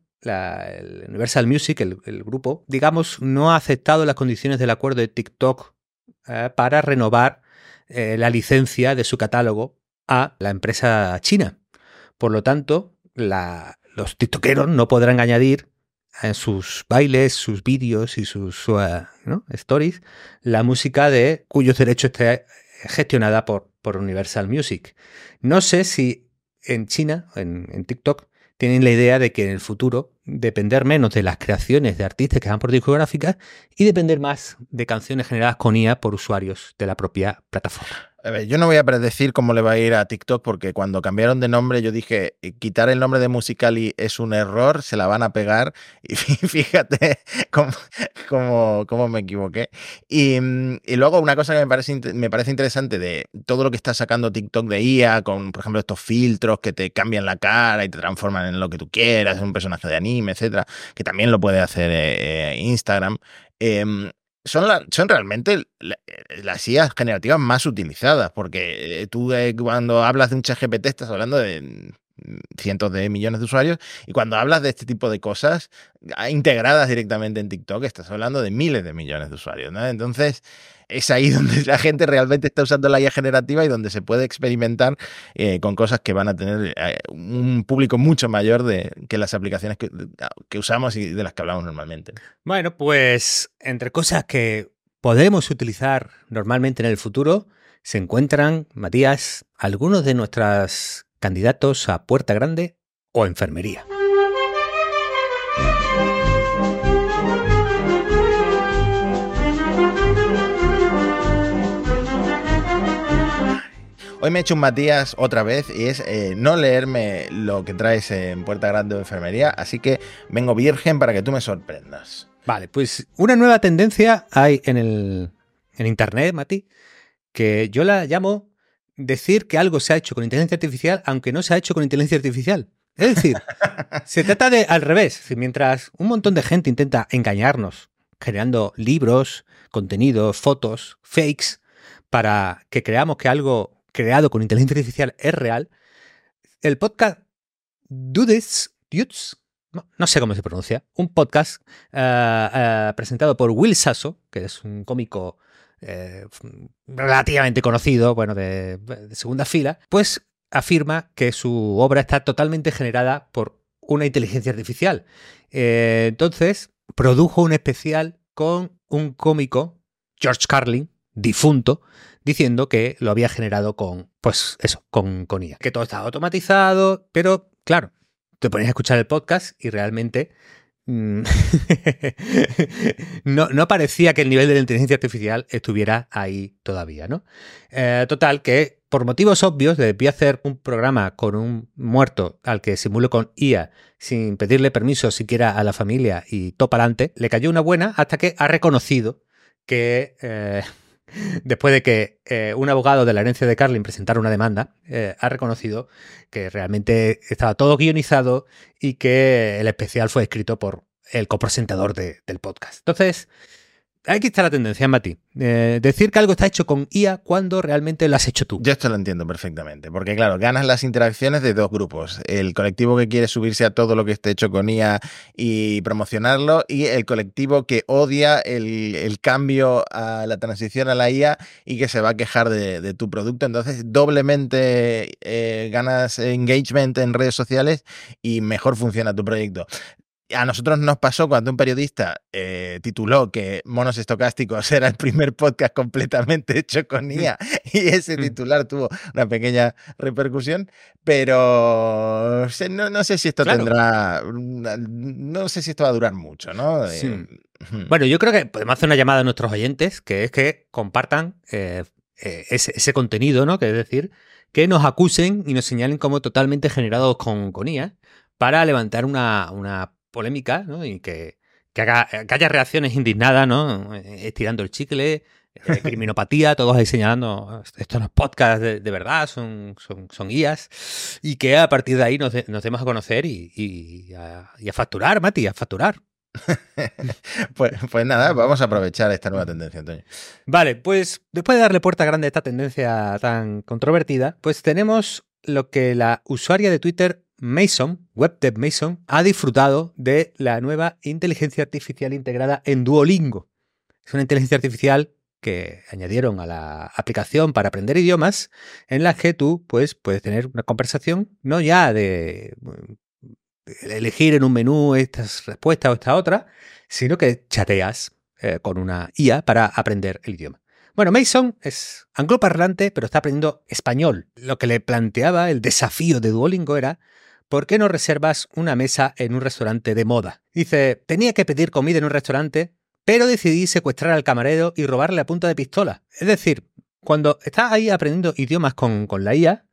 Music, el grupo, digamos, no ha aceptado las condiciones del acuerdo de TikTok para renovar la licencia de su catálogo a la empresa china. Por lo tanto, los tiktokeros no podrán añadir en sus bailes, sus vídeos y sus stories la música cuyos derechos esté gestionada por Universal Music. No sé si en China, en TikTok, tienen la idea de que en el futuro depender menos de las creaciones de artistas que van por discográficas y depender más de canciones generadas con IA por usuarios de la propia plataforma. A ver, yo no voy a predecir cómo le va a ir a TikTok porque cuando cambiaron de nombre yo dije quitar el nombre de Musical.ly es un error, se la van a pegar y fíjate cómo me equivoqué. Y luego una cosa que me parece interesante de todo lo que está sacando TikTok de IA con, por ejemplo, estos filtros que te cambian la cara y te transforman en lo que tú quieras, en un personaje de anime, etcétera, que también lo puede hacer Instagram. Son realmente las IA generativas más utilizadas, porque tú cuando hablas de un ChatGPT estás hablando de cientos de millones de usuarios, y cuando hablas de este tipo de cosas integradas directamente en TikTok estás hablando de miles de millones de usuarios, ¿no? Entonces es ahí donde la gente realmente está usando la IA generativa y donde se puede experimentar con cosas que van a tener un público mucho mayor que las aplicaciones que usamos y de las que hablamos normalmente. Bueno, pues entre cosas que podemos utilizar normalmente en el futuro se encuentran, Matías, algunos de nuestros candidatos a puerta grande o enfermería. Hoy me he hecho un Matías otra vez y es no leerme lo que traes en Puerta Grande o Enfermería, así que vengo virgen para que tú me sorprendas. Vale, pues una nueva tendencia hay en Internet, Mati, que yo la llamo decir que algo se ha hecho con inteligencia artificial aunque no se ha hecho con inteligencia artificial. Es decir, se trata de al revés. Es decir, mientras un montón de gente intenta engañarnos creando libros, contenidos, fotos, fakes, para que creamos que algo creado con inteligencia artificial es real, el podcast Dudes, no sé cómo se pronuncia, un podcast presentado por Will Sasso, que es un cómico relativamente conocido, bueno, de segunda fila, pues afirma que su obra está totalmente generada por una inteligencia artificial. Entonces, produjo un especial con un cómico, George Carlin, difunto, diciendo que lo había generado con, pues eso, con IA. Que todo estaba automatizado, pero claro, te pones a escuchar el podcast y realmente no parecía que el nivel de la inteligencia artificial estuviera ahí todavía, ¿no? Total, que por motivos obvios debía hacer un programa con un muerto al que simuló con IA sin pedirle permiso siquiera a la familia y todo para adelante, le cayó una buena hasta que ha reconocido que después de que un abogado de la herencia de Carlin presentara una demanda, ha reconocido que realmente estaba todo guionizado y que el especial fue escrito por el copresentador del podcast. Entonces, aquí está la tendencia, Mati. Decir que algo está hecho con IA cuando realmente lo has hecho tú. Yo esto lo entiendo perfectamente, porque claro, ganas las interacciones de dos grupos. El colectivo que quiere subirse a todo lo que esté hecho con IA y promocionarlo, y el colectivo que odia el cambio a la transición a la IA y que se va a quejar de tu producto. Entonces, doblemente ganas engagement en redes sociales y mejor funciona tu proyecto. A nosotros nos pasó cuando un periodista tituló que Monos Estocásticos era el primer podcast completamente hecho con IA y ese titular tuvo una pequeña repercusión, pero no sé si esto tendrá, no sé si esto va a durar mucho, ¿no? Sí. Bueno, yo creo que podemos hacer una llamada a nuestros oyentes, que es que compartan ese contenido, ¿no? Que es decir, que nos acusen y nos señalen como totalmente generados con IA para levantar una polémica, ¿no? Y que haya reacciones indignadas, ¿no? Estirando el chicle, criminopatía, todos ahí señalando, esto no es podcast de verdad, son IAs, y que a partir de ahí nos demos a conocer y a facturar, Mati, a facturar. Pues nada, vamos a aprovechar esta nueva tendencia, Antonio. Vale, pues después de darle puerta grande a esta tendencia tan controvertida, pues tenemos lo que la usuaria de Twitter Mason, WebDev Mason, ha disfrutado de la nueva inteligencia artificial integrada en Duolingo. Es una inteligencia artificial que añadieron a la aplicación para aprender idiomas, en la que tú pues, puedes tener una conversación, no ya de elegir en un menú estas respuestas o esta otra, sino que chateas con una IA para aprender el idioma. Bueno, Mason es angloparlante, pero está aprendiendo español. Lo que le planteaba el desafío de Duolingo era: ¿por qué no reservas una mesa en un restaurante de moda? Dice, tenía que pedir comida en un restaurante, pero decidí secuestrar al camarero y robarle a punta de pistola. Es decir, cuando estás ahí aprendiendo idiomas con la IA,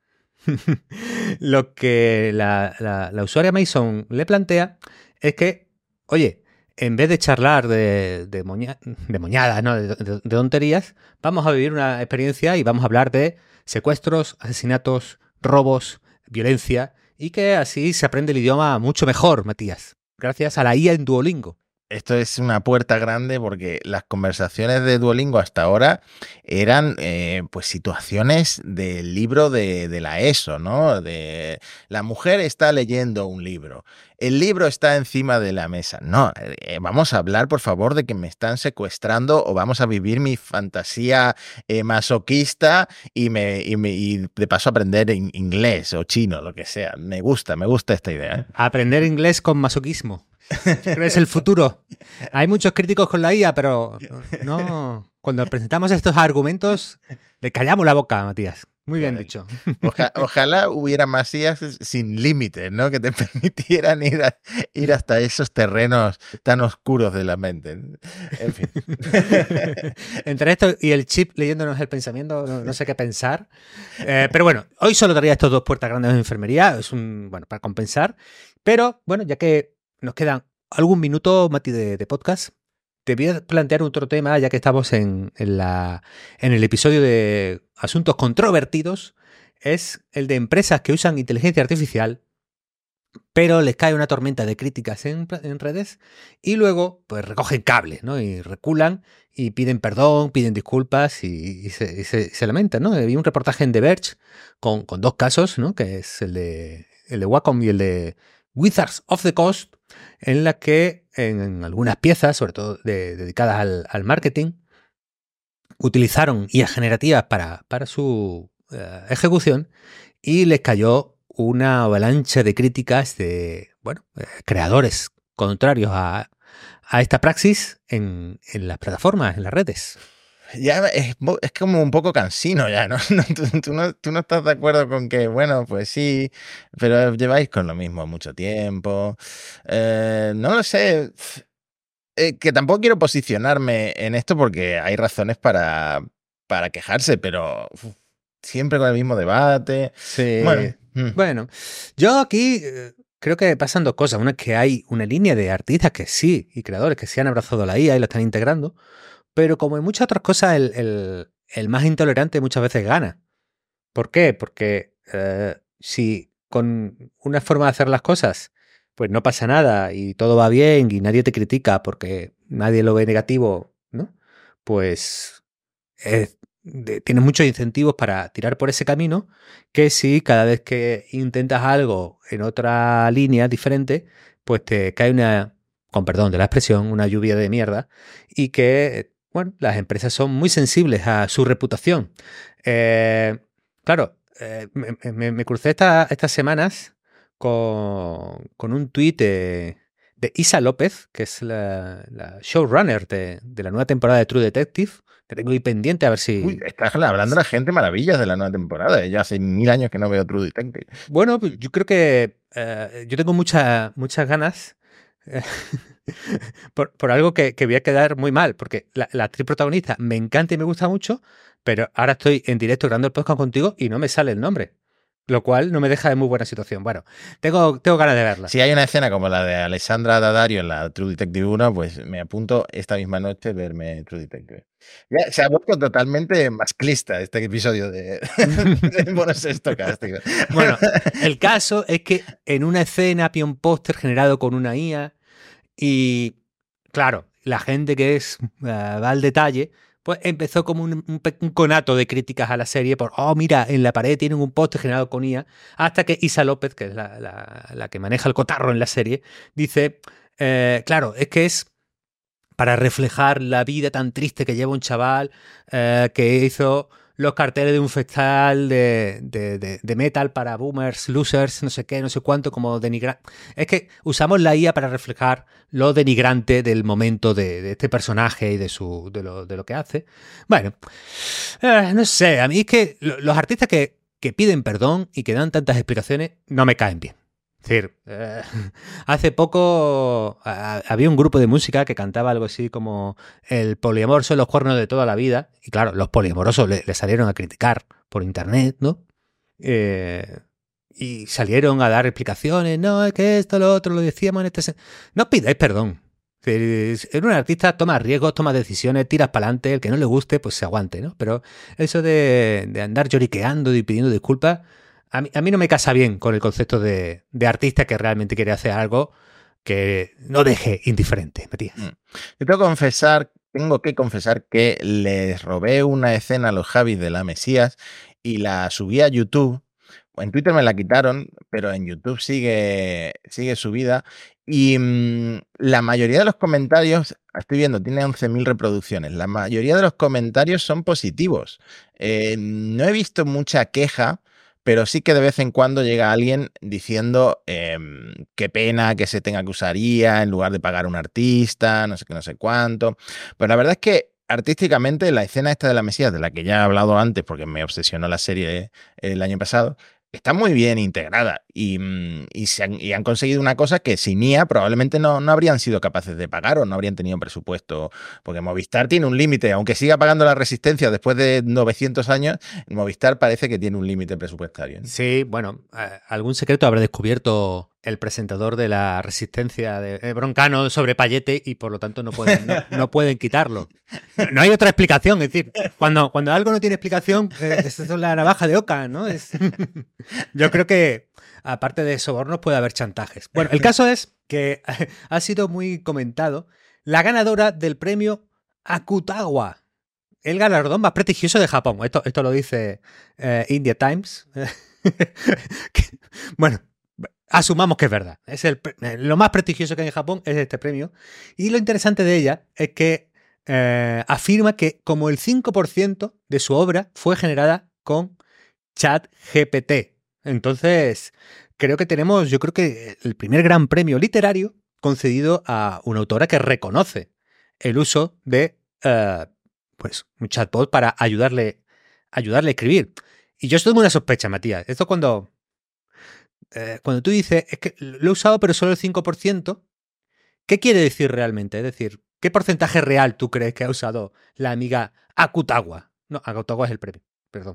lo que la usuaria Mason le plantea es que, oye, en vez de charlar de moñadas, ¿no? de tonterías, vamos a vivir una experiencia y vamos a hablar de secuestros, asesinatos, robos, violencia, y que así se aprende el idioma mucho mejor, Matías, gracias a la IA en Duolingo. Esto es una puerta grande porque las conversaciones de Duolingo hasta ahora eran pues situaciones del libro de la ESO, ¿no? De la mujer está leyendo un libro, el libro está encima de la mesa. No, vamos a hablar, por favor, de que me están secuestrando o vamos a vivir mi fantasía masoquista y de paso aprender inglés o chino, lo que sea. Me gusta esta idea, ¿eh? Aprender inglés con masoquismo. Creo que es el futuro. Hay muchos críticos con la IA, pero no. Cuando presentamos estos argumentos, le callamos la boca, Matías. Muy bien dicho. Ojalá hubiera más IAs sin límites, ¿no? Que te permitieran ir hasta esos terrenos tan oscuros de la mente. En fin. Entre esto y el chip leyéndonos el pensamiento, no sé qué pensar. Pero bueno, hoy solo traía estos dos puertas grandes de enfermería. Es bueno, para compensar. Pero bueno, ya que nos quedan algún minuto, Mati, de podcast, te voy a plantear otro tema, ya que estamos en el episodio de asuntos controvertidos. Es el de empresas que usan inteligencia artificial, pero les cae una tormenta de críticas en redes y luego pues recogen cables, ¿no? Y reculan y piden perdón, piden disculpas y se lamentan, ¿no? Vi un reportaje en The Verge con dos casos, ¿no? Que es el de Wacom y el de Wizards of the Coast, en la que en algunas piezas, sobre todo dedicadas al marketing, utilizaron IAs generativas para su ejecución y les cayó una avalancha de críticas de creadores contrarios a esta praxis en las plataformas, en las redes. Ya es como un poco cansino ya, ¿no? Tú no estás de acuerdo con que, bueno, pues sí, pero lleváis con lo mismo mucho tiempo. No lo sé. Que tampoco quiero posicionarme en esto porque hay razones para quejarse, pero siempre con el mismo debate. Sí. Bueno. Bueno, yo aquí creo que pasan dos cosas. Una es que hay una línea de artistas que sí, y creadores que sí han abrazado la IA y la están integrando, pero como en muchas otras cosas, el más intolerante muchas veces gana. ¿Por qué? Porque si con una forma de hacer las cosas, pues no pasa nada y todo va bien y nadie te critica porque nadie lo ve negativo, ¿no? Pues tienes muchos incentivos para tirar por ese camino, que si cada vez que intentas algo en otra línea diferente, pues te cae con perdón de la expresión, una lluvia de mierda y que, bueno, las empresas son muy sensibles a su reputación. Claro, me crucé estas semanas con un tuit de Isa López, que es la showrunner de la nueva temporada de True Detective. Te tengo ahí pendiente a ver si... Uy, estás hablando de la gente maravillas de la nueva temporada. Ya hace 1000 años que no veo True Detective. Bueno, yo creo que yo tengo muchas ganas por algo que voy a quedar muy mal, porque la actriz protagonista me encanta y me gusta mucho, pero ahora estoy en directo grabando el podcast contigo y no me sale el nombre, lo cual no me deja en muy buena situación. Bueno, tengo ganas de verla. Si hay una escena como la de Alessandra Daddario en la True Detective 1, pues me apunto esta misma noche verme True Detective. Ya, se ha vuelto totalmente masclista este episodio de Bonos Estocásticos. Bueno, el caso es que en una escena había un póster generado con una IA y, claro, la gente que va al detalle, pues empezó como un conato de críticas a la serie por, oh, mira, en la pared tienen un póster generado con IA, hasta que Isa López, que es la que maneja el cotarro en la serie, dice, claro, es que es para reflejar la vida tan triste que lleva un chaval que hizo los carteles de un festival de metal para boomers, losers, no sé qué, no sé cuánto, como denigrante. Es que usamos la IA para reflejar lo denigrante del momento de este personaje y de lo que hace. Bueno, no sé, a mí es que los artistas que piden perdón y que dan tantas explicaciones no me caen bien. Es decir, hace poco había un grupo de música que cantaba algo así como el poliamor son los cuernos de toda la vida. Y claro, los poliamorosos le salieron a criticar por internet, ¿no? Y salieron a dar explicaciones. No, es que esto, lo otro, lo decíamos en este... No pidáis perdón. Es decir, un artista toma riesgos, toma decisiones, tiras para adelante. El que no le guste, pues se aguante, ¿no? Pero eso de andar lloriqueando y pidiendo disculpas... A mí no me casa bien con el concepto de artista que realmente quiere hacer algo que no deje indiferente, Matías. Yo tengo que confesar que les robé una escena a los Javis de la Mesías y la subí a YouTube. En Twitter me la quitaron, pero en YouTube sigue subida. Y la mayoría de los comentarios, estoy viendo, tiene 11.000 reproducciones. La mayoría de los comentarios son positivos. No he visto mucha queja, pero sí que de vez en cuando llega alguien diciendo qué pena que se tenga que usar IA en lugar de pagar a un artista, no sé qué, no sé cuánto. Pero la verdad es que artísticamente la escena esta de la Mesías, de la que ya he hablado antes porque me obsesionó la serie el año pasado, está muy bien integrada y han conseguido una cosa que sin IA probablemente no habrían sido capaces de pagar o no habrían tenido presupuesto, porque Movistar tiene un límite, aunque siga pagando la Resistencia después de 900 años, Movistar parece que tiene un límite presupuestario, ¿no? Sí, bueno, algún secreto habrá descubierto el presentador de la Resistencia de Broncano sobre Payete y por lo tanto no pueden quitarlo. No hay otra explicación, es decir, cuando algo no tiene explicación, es la navaja de Oca, ¿no? Yo creo que aparte de sobornos puede haber chantajes. Bueno, el caso es que ha sido muy comentado la ganadora del premio Akutagawa, el galardón más prestigioso de Japón. Esto lo dice India Times. Bueno, asumamos que es verdad. Es lo más prestigioso que hay en Japón es este premio. Y lo interesante de ella es que afirma que como el 5% de su obra fue generada con ChatGPT. Entonces, yo creo que el primer gran premio literario concedido a una autora que reconoce el uso de pues un chatbot para ayudarle a escribir. Y yo estoy tengo una sospecha, Matías. Esto cuando tú dices, es que lo he usado pero solo el 5%, ¿qué quiere decir realmente? Es decir, ¿qué porcentaje real tú crees que ha usado la amiga Akutagawa? No, Akutagawa es el premio, perdón.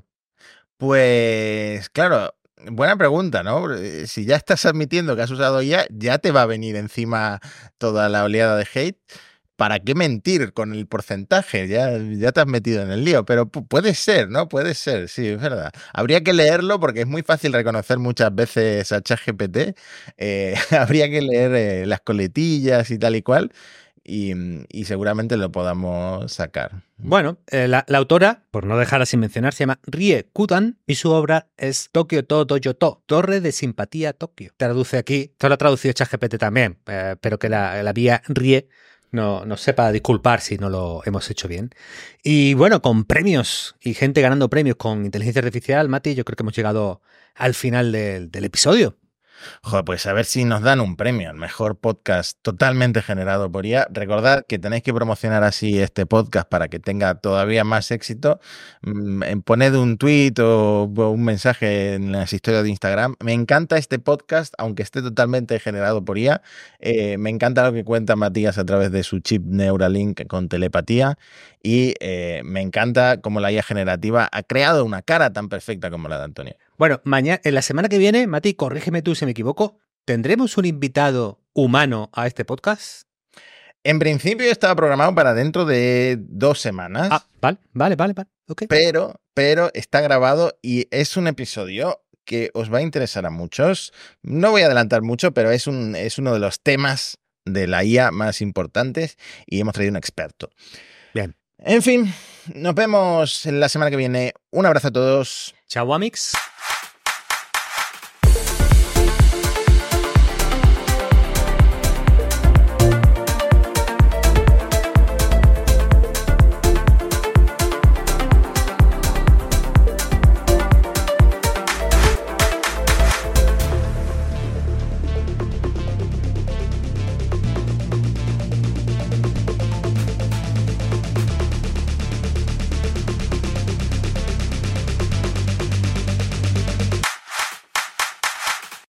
Pues claro, buena pregunta, ¿no? Si ya estás admitiendo que has usado ya te va a venir encima toda la oleada de hate. ¿Para qué mentir con el porcentaje? Ya te has metido en el lío, pero puede ser, ¿no? Puede ser, sí, es verdad. Habría que leerlo porque es muy fácil reconocer muchas veces a ChatGPT. Habría que leer las coletillas y tal y cual. Y seguramente lo podamos sacar. Bueno, la autora, por no dejarla sin mencionar, se llama Rie Kutan y su obra es Tokyo to Doyoto, Torre de Simpatía Tokio. Traduce aquí, esto lo ha traducido ChatGPT también, pero que la vía Rie no sepa disculpar si no lo hemos hecho bien. Y bueno, con premios y gente ganando premios con inteligencia artificial, Mati, yo creo que hemos llegado al final del episodio. Joder, pues a ver si nos dan un premio, el mejor podcast totalmente generado por IA. Recordad que tenéis que promocionar así este podcast para que tenga todavía más éxito. Poned un tweet o un mensaje en las historias de Instagram. Me encanta este podcast, aunque esté totalmente generado por IA. Me encanta lo que cuenta Matías a través de su chip Neuralink con telepatía. Y me encanta cómo la IA generativa ha creado una cara tan perfecta como la de Antonio. Bueno, en la semana que viene, Mati, corrígeme tú si me equivoco, ¿tendremos un invitado humano a este podcast? En principio estaba programado para dentro de 2 semanas. Ah, vale. Okay. Pero está grabado y es un episodio que os va a interesar a muchos. No voy a adelantar mucho, pero es uno de los temas de la IA más importantes y hemos traído un experto. Bien. En fin, nos vemos la semana que viene. Un abrazo a todos. Chao, amigos.